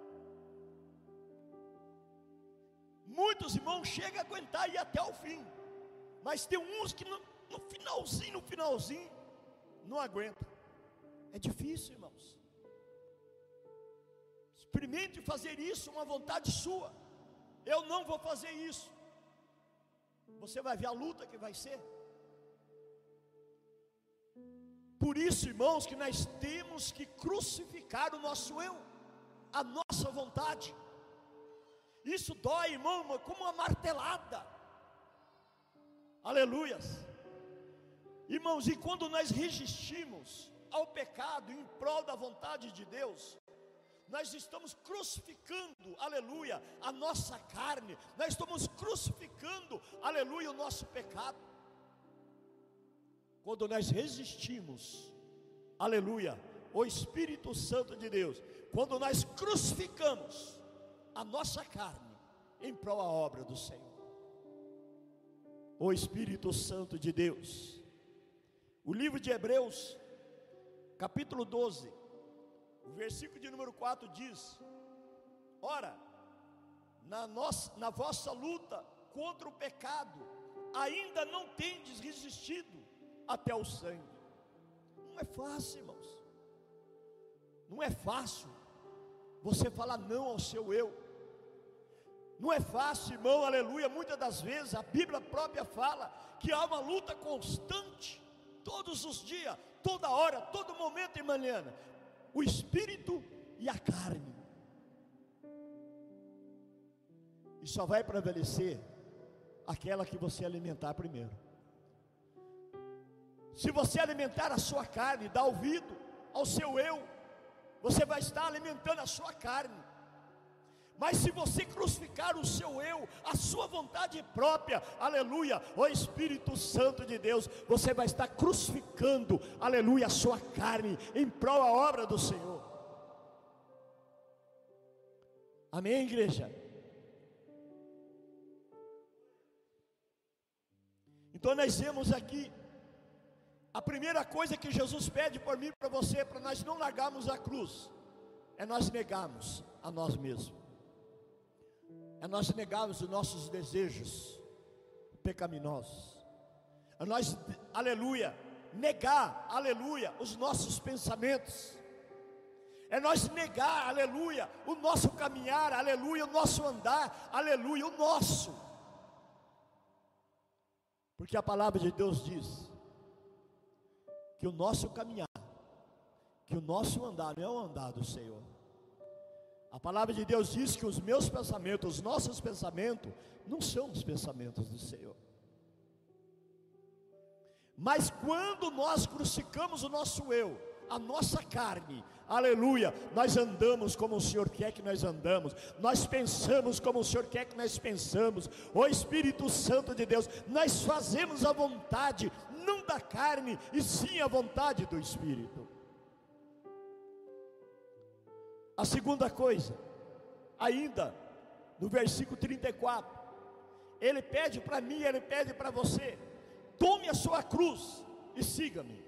Muitos irmãos chegam a aguentar ir até o fim, mas tem uns que no finalzinho não aguentam. É difícil, irmãos. Experimente fazer isso, uma vontade sua. Eu não vou fazer isso. Você vai ver a luta que vai ser. Por isso, irmãos, que nós temos que crucificar o nosso eu, a nossa vontade. Isso dói, irmão, como uma martelada. Aleluias. Irmãos, e quando nós resistimos ao pecado em prol da vontade de Deus, nós estamos crucificando, aleluia, a nossa carne. Nós estamos crucificando, aleluia, o nosso pecado. Quando nós resistimos, aleluia, o Espírito Santo de Deus, quando nós crucificamos a nossa carne em prol da obra do Senhor, o Espírito Santo de Deus. O livro de Hebreus, capítulo 12, o versículo de número 4 diz: ora, na vossa luta contra o pecado, ainda não tendes resistido até o sangue. Não é fácil, irmãos. Não é fácil você falar não ao seu eu. Não é fácil, irmão, aleluia. Muitas das vezes a Bíblia própria fala que há uma luta constante todos os dias, toda hora, todo momento, irmã Liana, o espírito e a carne. E só vai prevalecer aquela que você alimentar primeiro. Se você alimentar a sua carne, dar ouvido ao seu eu, você vai estar alimentando a sua carne. Mas se você crucificar o seu eu, a sua vontade própria, aleluia, o Espírito Santo de Deus, você vai estar crucificando, aleluia, a sua carne, em prol da obra do Senhor. Amém, igreja? Então nós vemos aqui, a primeira coisa que Jesus pede por mim e para você, para nós não largarmos a cruz, é nós negarmos a nós mesmos, é nós negarmos os nossos desejos pecaminosos, é nós, aleluia, negar, aleluia, os nossos pensamentos, é nós negar, aleluia, o nosso caminhar, aleluia, o nosso andar, aleluia, o nosso, porque a palavra de Deus diz que o nosso caminhar, que o nosso andar não é o andar do Senhor. A palavra de Deus diz que os meus pensamentos, os nossos pensamentos, não são os pensamentos do Senhor. Mas quando nós crucificamos o nosso eu, a nossa carne, aleluia, nós andamos como o Senhor quer que nós andamos, nós pensamos como o Senhor quer que nós pensamos, o Espírito Santo de Deus, nós fazemos a vontade, não da carne, e sim a vontade do Espírito. A segunda coisa, ainda, no versículo 34, ele pede para mim, ele pede para você, tome a sua cruz e siga-me.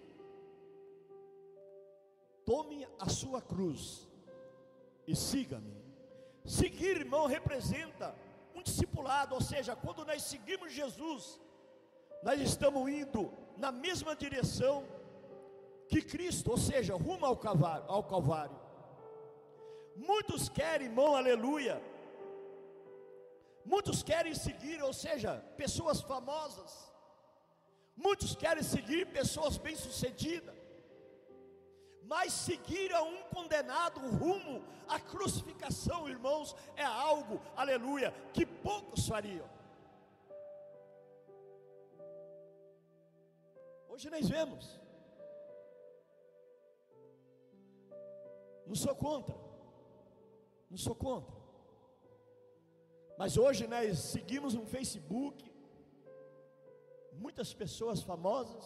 Tome a sua cruz e siga-me. Seguir, irmão, representa um discipulado, ou seja, quando nós seguimos Jesus, nós estamos indo na mesma direção que Cristo, ou seja, rumo ao Calvário. Muitos querem, irmão, aleluia, muitos querem seguir, ou seja, pessoas famosas, muitos querem seguir pessoas bem-sucedidas, mas seguir a um condenado rumo à crucificação, irmãos, é algo, aleluia, que poucos fariam. Hoje nós vemos, não sou contra, mas hoje nós seguimos no Facebook, muitas pessoas famosas,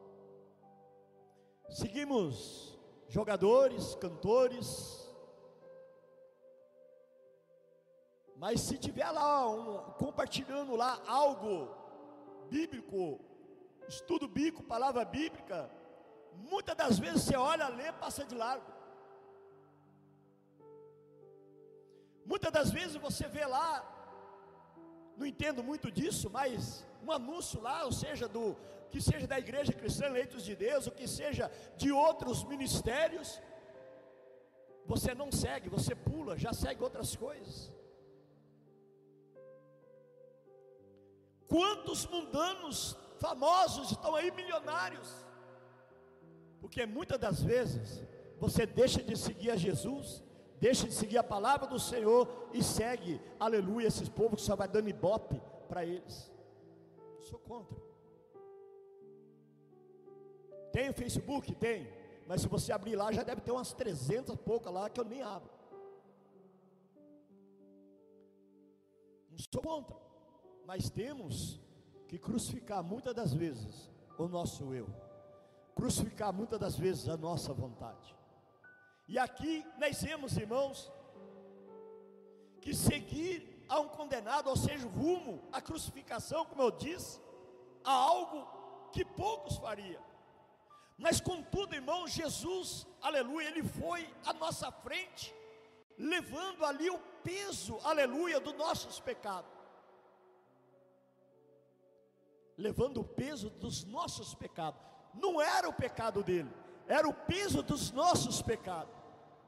seguimos jogadores, cantores, mas se tiver lá compartilhando lá algo bíblico, estudo bíblico, palavra bíblica, muitas das vezes você olha, lê, passa de largo. Muitas das vezes você vê lá, não entendo muito disso, mas um anúncio lá, ou seja, que seja da Igreja Cristã Eleitos de Deus, ou que seja de outros ministérios, você não segue, você pula, já segue outras coisas. Quantos mundanos famosos estão aí, milionários? Porque muitas das vezes você deixa de seguir a Jesus, deixa de seguir a palavra do Senhor e segue, aleluia, esses povos que só vai dando ibope para eles. Eu sou contra. Tem o Facebook? Tem, mas se você abrir lá, já deve ter umas 300 e poucas lá que eu nem abro. Não sou contra, mas temos que crucificar muitas das vezes o nosso eu, crucificar muitas das vezes a nossa vontade. E aqui nós vemos, irmãos, que seguir a um condenado, ou seja, rumo à crucificação, como eu disse, a algo que poucos fariam. Mas contudo, irmão, Jesus, aleluia, ele foi à nossa frente, levando ali o peso, aleluia, dos nossos pecados. Levando o peso dos nossos pecados. Não era o pecado dele, era o peso dos nossos pecados.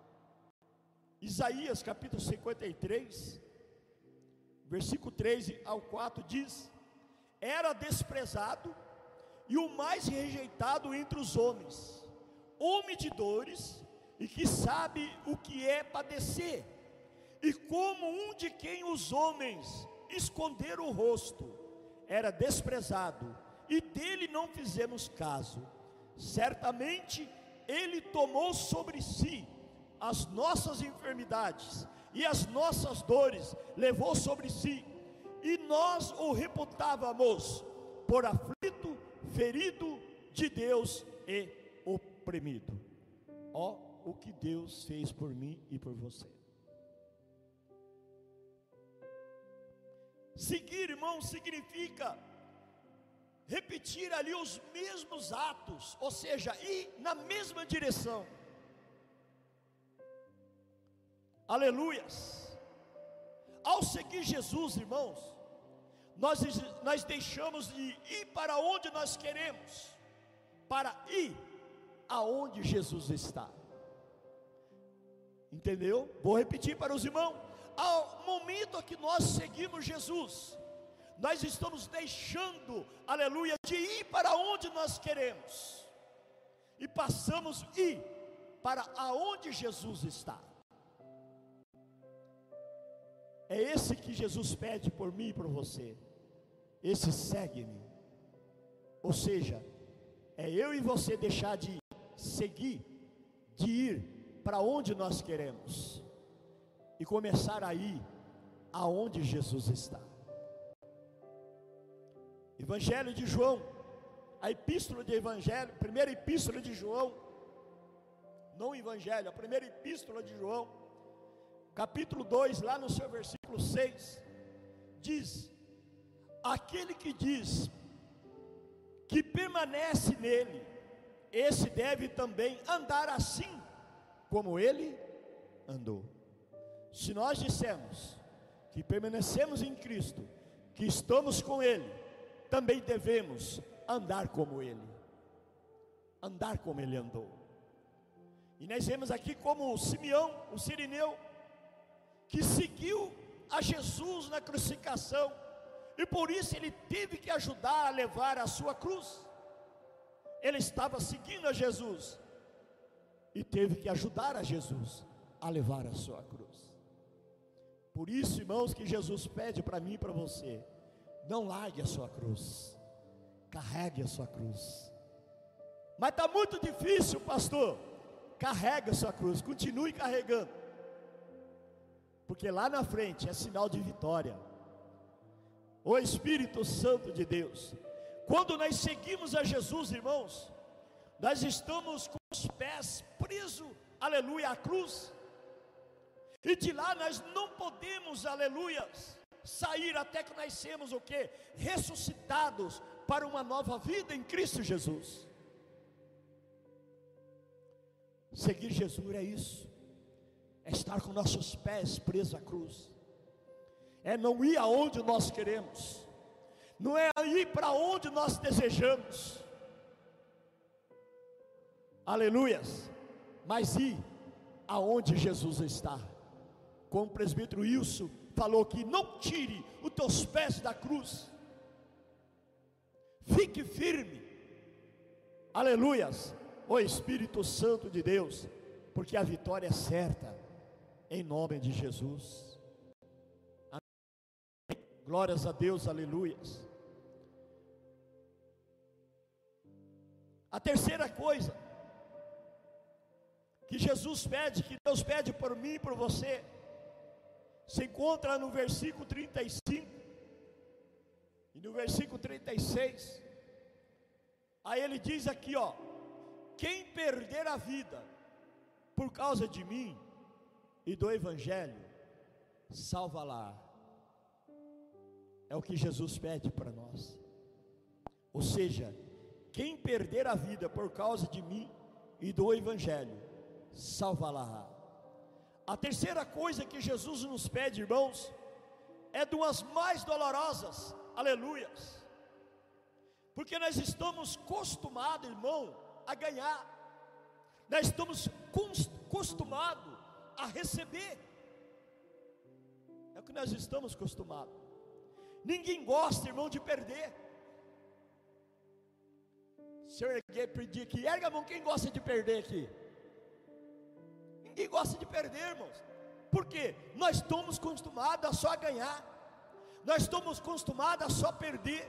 Isaías capítulo 53, versículo 3 ao 4 diz: era desprezado e o mais rejeitado entre os homens, homem de dores, e que sabe o que é padecer, e como um de quem os homens esconderam o rosto, era desprezado, e dele não fizemos caso. Certamente ele tomou sobre si as nossas enfermidades e as nossas dores levou sobre si, e nós o reputávamos por aflito, ferido de Deus e oprimido. Ó, o que Deus fez por mim e por você. Seguir, irmão, significa repetir ali os mesmos atos, ou seja, ir na mesma direção. Aleluias. Ao seguir Jesus, irmãos, nós deixamos de ir para onde nós queremos, para ir aonde Jesus está. Entendeu? Vou repetir para os irmãos. Ao momento que nós seguimos Jesus, nós estamos deixando, aleluia, de ir para onde nós queremos, e passamos a ir para aonde Jesus está. É esse que Jesus pede por mim e por você. Esse segue-me. Ou seja, é eu e você deixar de seguir, de ir para onde nós queremos, e começar a ir aonde Jesus está. Evangelho de João, a epístola de Evangelho, primeira epístola de João, não Evangelho, a primeira epístola de João, capítulo 2, lá no seu versículo 6, diz: aquele que diz que permanece nele, esse deve também andar assim como ele andou. Se nós dissermos que permanecemos em Cristo, que estamos com ele, também devemos andar como ele, andar como ele andou. E nós vemos aqui como Simeão, o sirineu, que seguiu a Jesus na crucificação, e por isso ele teve que ajudar a levar a sua cruz. Ele estava seguindo a Jesus, e teve que ajudar a Jesus a levar a sua cruz. Por isso, irmãos, que Jesus pede para mim e para você: não largue a sua cruz, carregue a sua cruz. Mas está muito difícil, pastor. Carregue a sua cruz, continue carregando, porque lá na frente é sinal de vitória. O Espírito Santo de Deus, quando nós seguimos a Jesus, irmãos, nós estamos com os pés presos, aleluia, à cruz, e de lá nós não podemos, aleluia, sair até que nós sejamos o quê? Ressuscitados para uma nova vida em Cristo Jesus. Seguir Jesus é isso, é estar com nossos pés presos à cruz, é não ir aonde nós queremos, não é ir para onde nós desejamos, aleluias, mas ir aonde Jesus está. Como o presbítero Wilson falou que não tire os teus pés da cruz, fique firme, aleluias, o Espírito Santo de Deus, porque a vitória é certa, em nome de Jesus. Amém. Glórias a Deus, aleluias. A terceira coisa que Jesus pede, que Deus pede por mim e por você, se encontra no versículo 35 e no versículo 36. Aí ele diz aqui, ó: quem perder a vida por causa de mim e do Evangelho, salva-la. É o que Jesus pede para nós. Ou seja, quem perder a vida por causa de mim e do Evangelho, salva-la. A terceira coisa que Jesus nos pede, irmãos, é de umas mais dolorosas, aleluias, porque nós estamos acostumados, irmão, a ganhar, nós estamos acostumados a receber, é o que nós estamos acostumados. Ninguém gosta, irmão, de perder. Se eu pedir aqui, erga a mão, quem gosta de perder aqui? Ninguém gosta de perder, irmãos. Por quê? Nós estamos acostumados a só ganhar, nós estamos acostumados a só perder.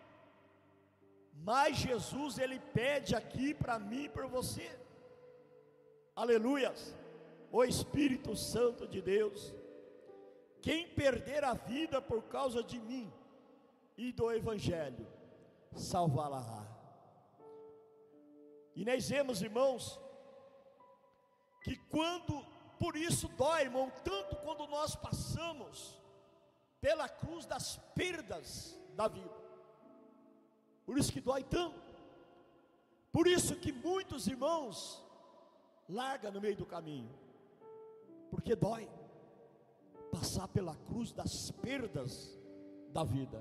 Mas Jesus, Ele pede aqui para mim e para você, aleluias, o Espírito Santo de Deus, quem perder a vida por causa de mim e do Evangelho, salvá-la. E nós vemos, irmãos, que por isso dói, irmão, tanto quando nós passamos pela cruz das perdas da vida, por isso que dói tanto, por isso que muitos irmãos largam no meio do caminho, porque dói passar pela cruz das perdas da vida.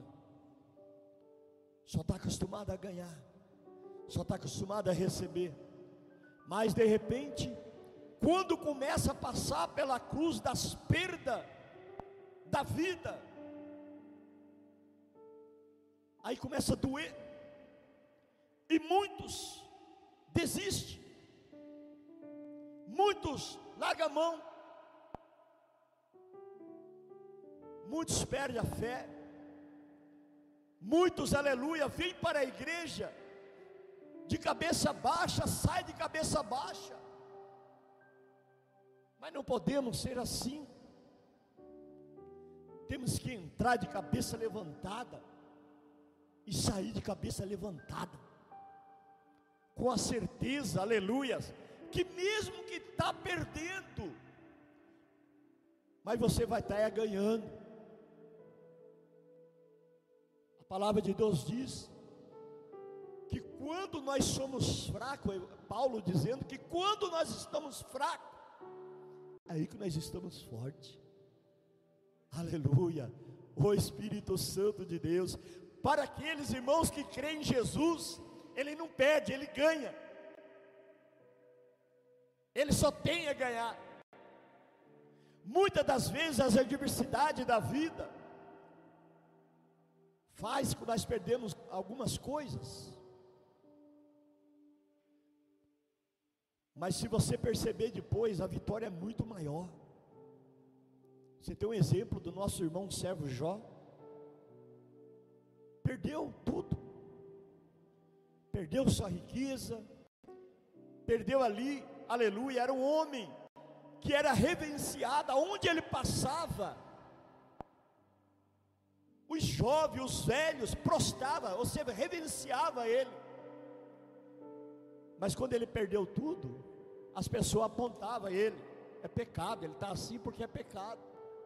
Só está acostumado a ganhar, só está acostumado a receber, mas de repente, quando começa a passar pela cruz das perdas da vida, aí começa a doer, e muitos desistem, muitos largam a mão, muitos perdem a fé, muitos, aleluia, vêm para a igreja de cabeça baixa, sai de cabeça baixa, mas não podemos ser assim, temos que entrar de cabeça levantada, e sair de cabeça levantada, com a certeza, aleluia, que mesmo que está perdendo, mas você vai estar ganhando. A palavra de Deus diz que quando nós somos fracos, Paulo dizendo que quando nós estamos fracos, é aí que nós estamos fortes. Aleluia, o Espírito Santo de Deus. Para aqueles irmãos que creem em Jesus, ele não perde, ele ganha, ele só tem a ganhar. Muitas das vezes as adversidades da vida faz com que nós perdemos algumas coisas, mas se você perceber depois, a vitória é muito maior. Você tem um exemplo do nosso irmão servo Jó, perdeu tudo, perdeu sua riqueza, perdeu ali, aleluia, era um homem que era reverenciado, aonde ele passava, os jovens, os velhos, prostravam, ou seja, reverenciava ele, mas quando ele perdeu tudo, as pessoas apontavam ele, é pecado, ele está assim porque é pecado,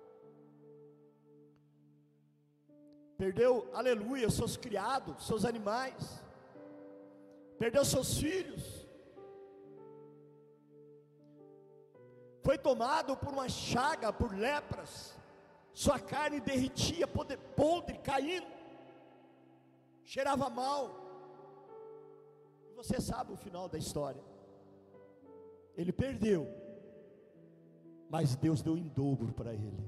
perdeu, aleluia, seus criados, seus animais, perdeu seus filhos, foi tomado por uma chaga, por lepras, sua carne derretia, podre, caindo, cheirava mal, e você sabe o final da história, ele perdeu, mas Deus deu em dobro para ele.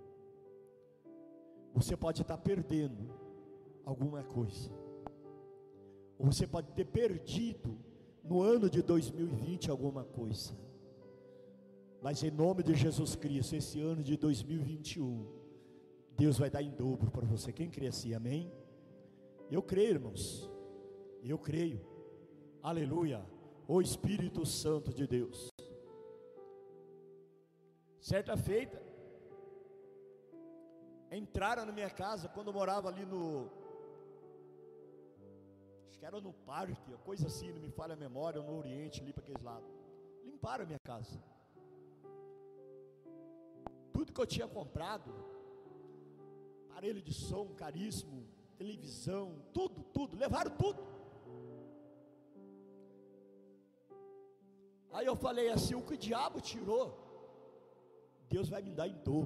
Você pode estar perdendo alguma coisa, ou você pode ter perdido no ano de 2020 alguma coisa, mas em nome de Jesus Cristo, esse ano de 2021, Deus vai dar em dobro para você. Quem crê assim, amém? Eu creio, irmãos, eu creio, aleluia, o Espírito Santo de Deus. Certa feita, entraram na minha casa, quando eu morava ali acho que era no parque, coisa assim, não me falha a memória, no Oriente, ali para aqueles lados, limparam a minha casa, tudo que eu tinha comprado, aparelho de som caríssimo, televisão, tudo, levaram tudo. Aí eu falei assim, o que o diabo tirou, Deus vai me dar em dobro.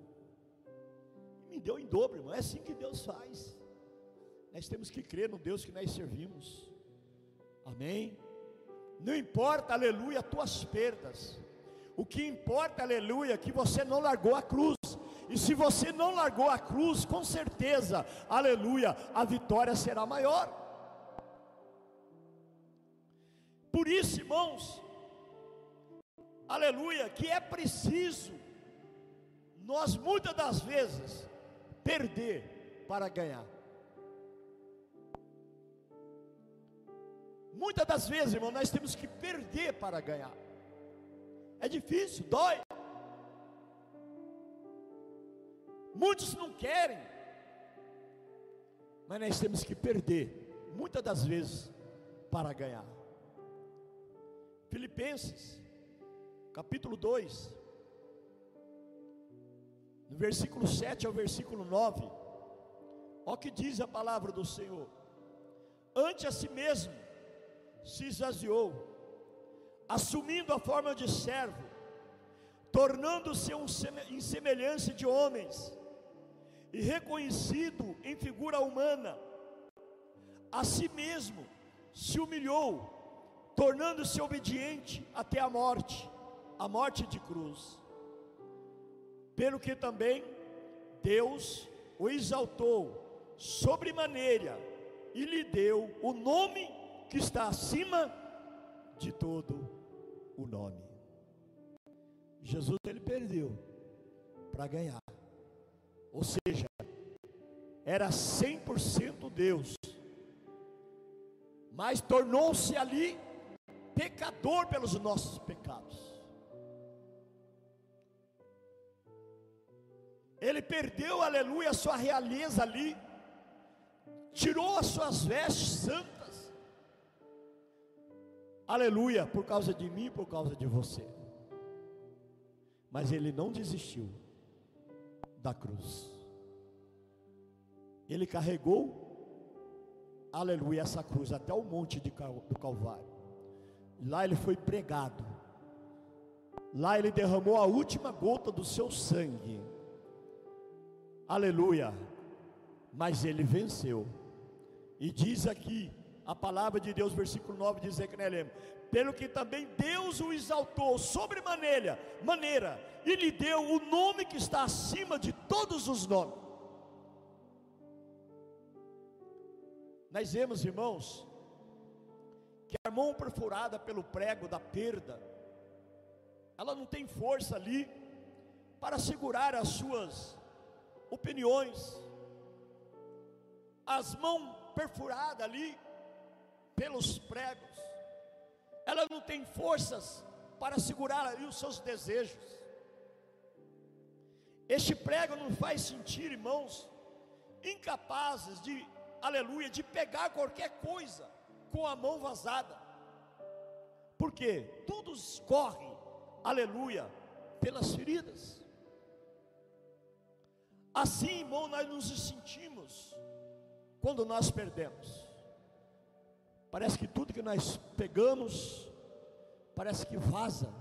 E me deu em dobro, irmão, é assim que Deus faz. Nós temos que crer no Deus que nós servimos, amém? Não importa, aleluia, tuas perdas, o que importa, aleluia, é que você não largou a cruz, e se você não largou a cruz, com certeza, aleluia, a vitória será maior. Por isso, irmãos, aleluia, que é preciso nós muitas das vezes perder para ganhar. Muitas das vezes, irmão, nós temos que perder para ganhar. É difícil, dói. Muitos não querem, mas nós temos que perder, muitas das vezes, para ganhar. Filipenses, capítulo 2, no versículo 7 ao versículo 9, olha o que diz a palavra do Senhor: ante a si mesmo se esvaziou, assumindo a forma de servo, tornando-se em semelhança de homens, e reconhecido em figura humana, a si mesmo se humilhou, tornando-se obediente até a morte de cruz. Pelo que também Deus o exaltou sobremaneira e lhe deu o nome que está acima de todo o nome. Jesus, ele perdeu para ganhar, ou seja, era 100% Deus, mas tornou-se ali pecador pelos nossos pecados. Ele perdeu, aleluia, a sua realeza ali, tirou as suas vestes santas, aleluia, por causa de mim, por causa de você. Mas ele não desistiu da cruz. Ele carregou, aleluia, essa cruz até o monte do Calvário. Lá ele foi pregado. Lá ele derramou a última gota do seu sangue. Aleluia. Mas ele venceu. E diz aqui a palavra de Deus, versículo 9, diz que nós lemos: pelo que também Deus o exaltou sobremaneira, e lhe deu o nome que está acima de todos os nomes. Nós vemos, irmãos, que a mão perfurada pelo prego da perda, ela não tem força ali para segurar as suas opiniões. As mãos perfuradas ali pelos pregos, ela não tem forças para segurar ali os seus desejos. Este prego não faz sentir, irmãos, incapazes de, aleluia, de pegar qualquer coisa com a mão vazada, porque tudo escorre, aleluia, pelas feridas. Assim, irmão, nós nos sentimos quando nós perdemos. Parece que tudo que nós pegamos, parece que vaza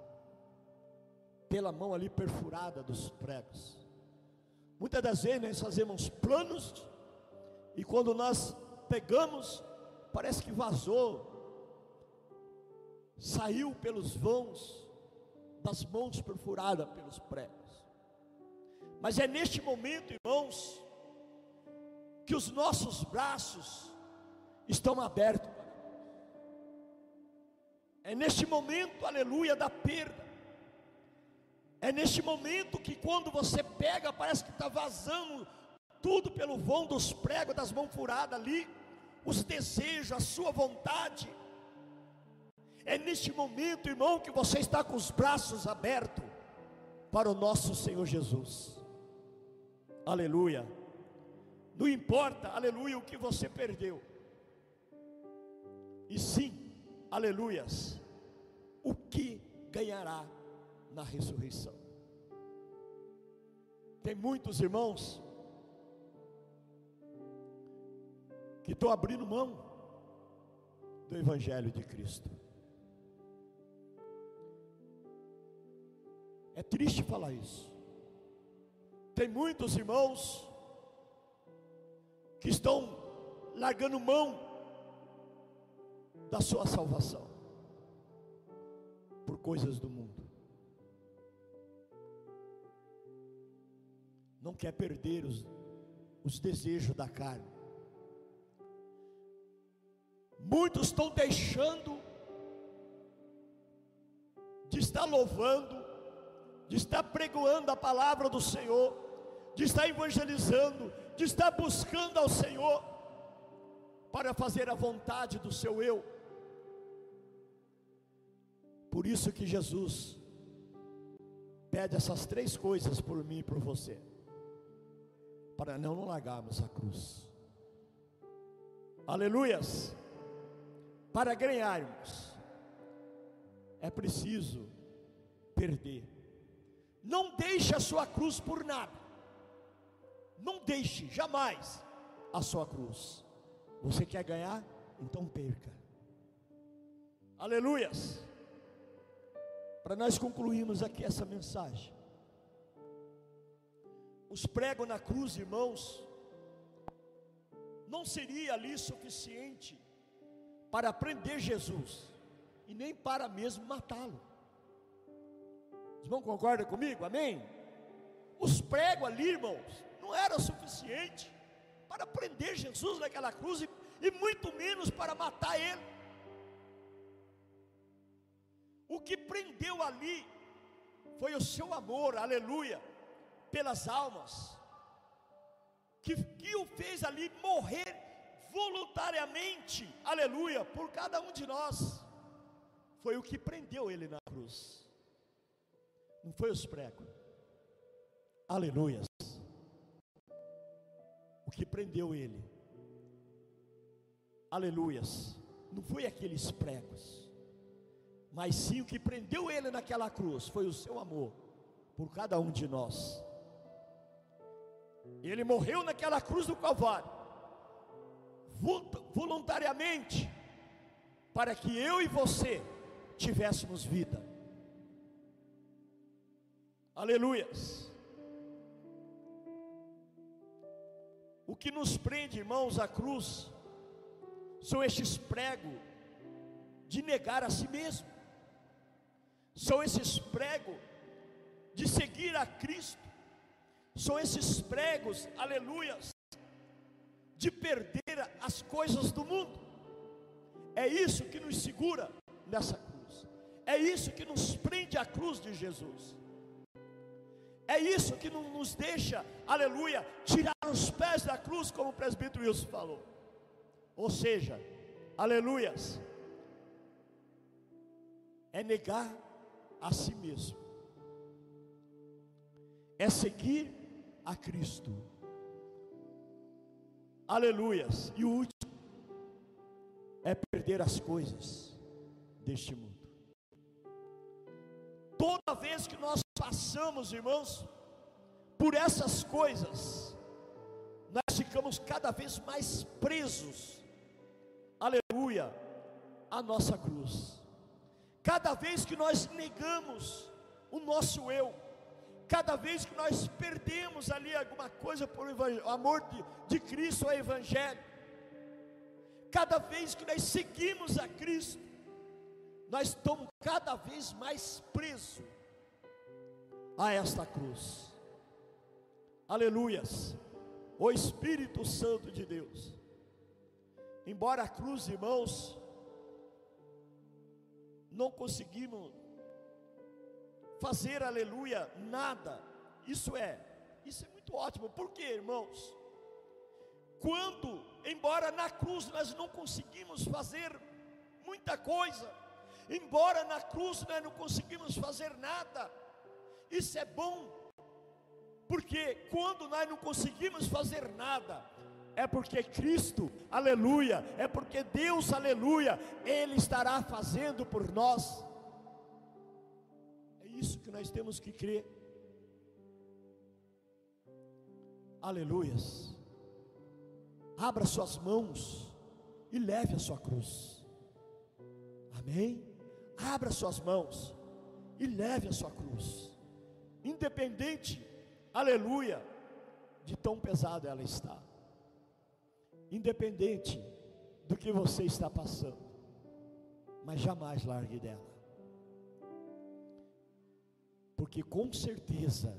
pela mão ali perfurada dos pregos. Muitas das vezes nós fazemos planos, e quando nós pegamos, parece que vazou, saiu pelos vãos das mãos perfuradas pelos pregos. Mas é neste momento, irmãos, que os nossos braços estão abertos. É neste momento, aleluia, da perda. É neste momento que quando você pega, parece que está vazando tudo pelo vão dos pregos, das mãos furadas ali, os desejos, a sua vontade. É neste momento, irmão, que você está com os braços abertos para o nosso Senhor Jesus. Aleluia. Não importa, aleluia, o que você perdeu, e sim, aleluias, o que ganhará na ressurreição. Tem muitos irmãos que estão abrindo mão do Evangelho de Cristo. É triste falar isso. Tem muitos irmãos que estão largando mão da sua salvação por coisas do mundo. Não quer perder os desejos da carne. Muitos estão deixando estar louvando, de estar pregoando a palavra do Senhor, de estar evangelizando, de estar buscando ao Senhor, para fazer a vontade do seu eu. Por isso que Jesus pede essas 3 coisas por mim e por você, para não largarmos a cruz. Aleluias. Para ganharmos, é preciso perder. Não deixe a sua cruz por nada. Não deixe jamais a sua cruz. Você quer ganhar? Então perca. Aleluias. Para nós concluirmos aqui essa mensagem, os pregos na cruz, irmãos, não seria ali suficiente para prender Jesus, e nem para mesmo matá-lo. Os irmãos concordam comigo? Amém? Os pregos ali, irmãos, não era suficiente para prender Jesus naquela cruz, e muito menos para matar ele. O que prendeu ali foi o seu amor, aleluia, pelas almas, que o fez ali morrer voluntariamente, aleluia, por cada um de nós. Foi o que prendeu ele na cruz, não foi os pregos, aleluias. O que prendeu ele, aleluias, não foi aqueles pregos, mas sim o que prendeu ele naquela cruz foi o seu amor por cada um de nós. Ele morreu naquela cruz do Calvário, voluntariamente, para que eu e você tivéssemos vida. Aleluias. O que nos prende, irmãos, à cruz são estes pregos de negar a si mesmo, são esses pregos de seguir a Cristo, são esses pregos, aleluias, de perder as coisas do mundo. É isso que nos segura nessa cruz, é isso que nos prende à cruz de Jesus, é isso que não nos deixa, aleluia, tirar os pés da cruz, como o presbítero Wilson falou. Ou seja, aleluias, é negar a si mesmo, é seguir a Cristo, aleluias. E o último é perder as coisas deste mundo. Toda vez que nós passamos, irmãos, por essas coisas, nós ficamos cada vez mais presos, aleluia, à nossa cruz. Cada vez que nós negamos o nosso eu, cada vez que nós perdemos ali alguma coisa por o amor de Cristo, o Evangelho, cada vez que nós seguimos a Cristo, nós estamos cada vez mais presos a esta cruz. Aleluias. O Espírito Santo de Deus, embora a cruz, irmãos, não conseguimos fazer, aleluia, nada. Isso é muito ótimo. Por quê, irmãos? Quando, embora na cruz nós não conseguimos fazer muita coisa, embora na cruz nós não conseguimos fazer nada, isso é bom, porque quando nós não conseguimos fazer nada, é porque Cristo, aleluia, é porque Deus, aleluia, Ele estará fazendo por nós. É isso que nós temos que crer. Aleluias. Abra suas mãos e leve a sua cruz. Amém? Abra suas mãos e leve a sua cruz, independente, aleluia, de tão pesada ela está, independente do que você está passando, mas jamais largue dela, porque com certeza,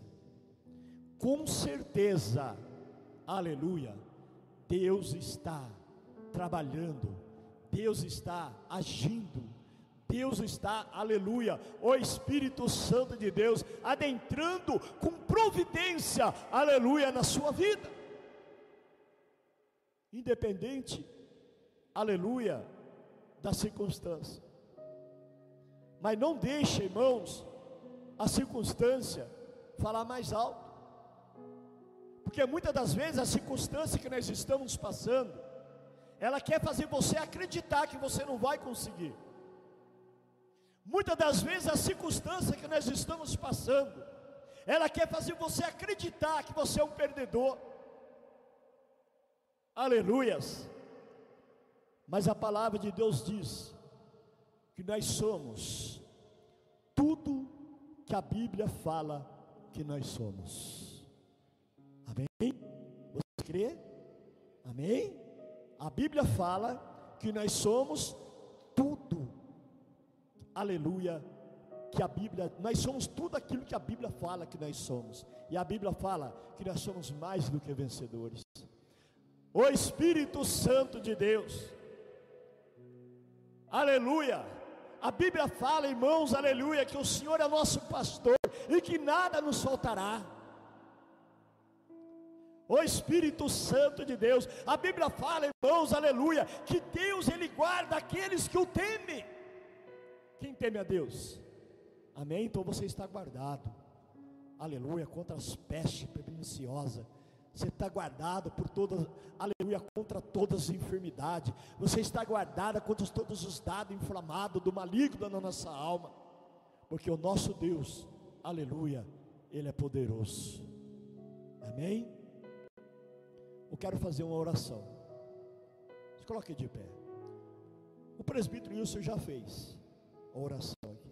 aleluia, Deus está trabalhando, Deus está agindo, Deus está, aleluia, o Espírito Santo de Deus adentrando com providência, aleluia, na sua vida. Independente, aleluia, da circunstância. Mas não deixe, irmãos, a circunstância falar mais alto. Porque muitas das vezes a circunstância que nós estamos passando, ela quer fazer você acreditar que você não vai conseguir. Muitas das vezes a circunstância que nós estamos passando, ela quer fazer você acreditar que você é um perdedor. Aleluias. Mas a palavra de Deus diz que nós somos tudo que a Bíblia fala que nós somos. Amém? Você crê? Amém? A Bíblia fala que nós somos tudo. Aleluia. Que a Bíblia, nós somos tudo aquilo que a Bíblia fala que nós somos. E a Bíblia fala que nós somos mais do que vencedores. O Espírito Santo de Deus, aleluia, a Bíblia fala, irmãos, aleluia, que o Senhor é nosso pastor e que nada nos faltará. O Espírito Santo de Deus, a Bíblia fala, irmãos, aleluia, que Deus, Ele guarda aqueles que o temem. Quem teme a Deus? Amém? Então você está guardado, aleluia, contra as pestes perniciosas. Você está guardado por todas, aleluia, contra todas as enfermidades. Você está guardada contra todos os dados inflamados do maligno na nossa alma. Porque o nosso Deus, aleluia, Ele é poderoso. Amém? Eu quero fazer uma oração. Se coloque de pé. O presbítero Wilson já fez a oração aqui.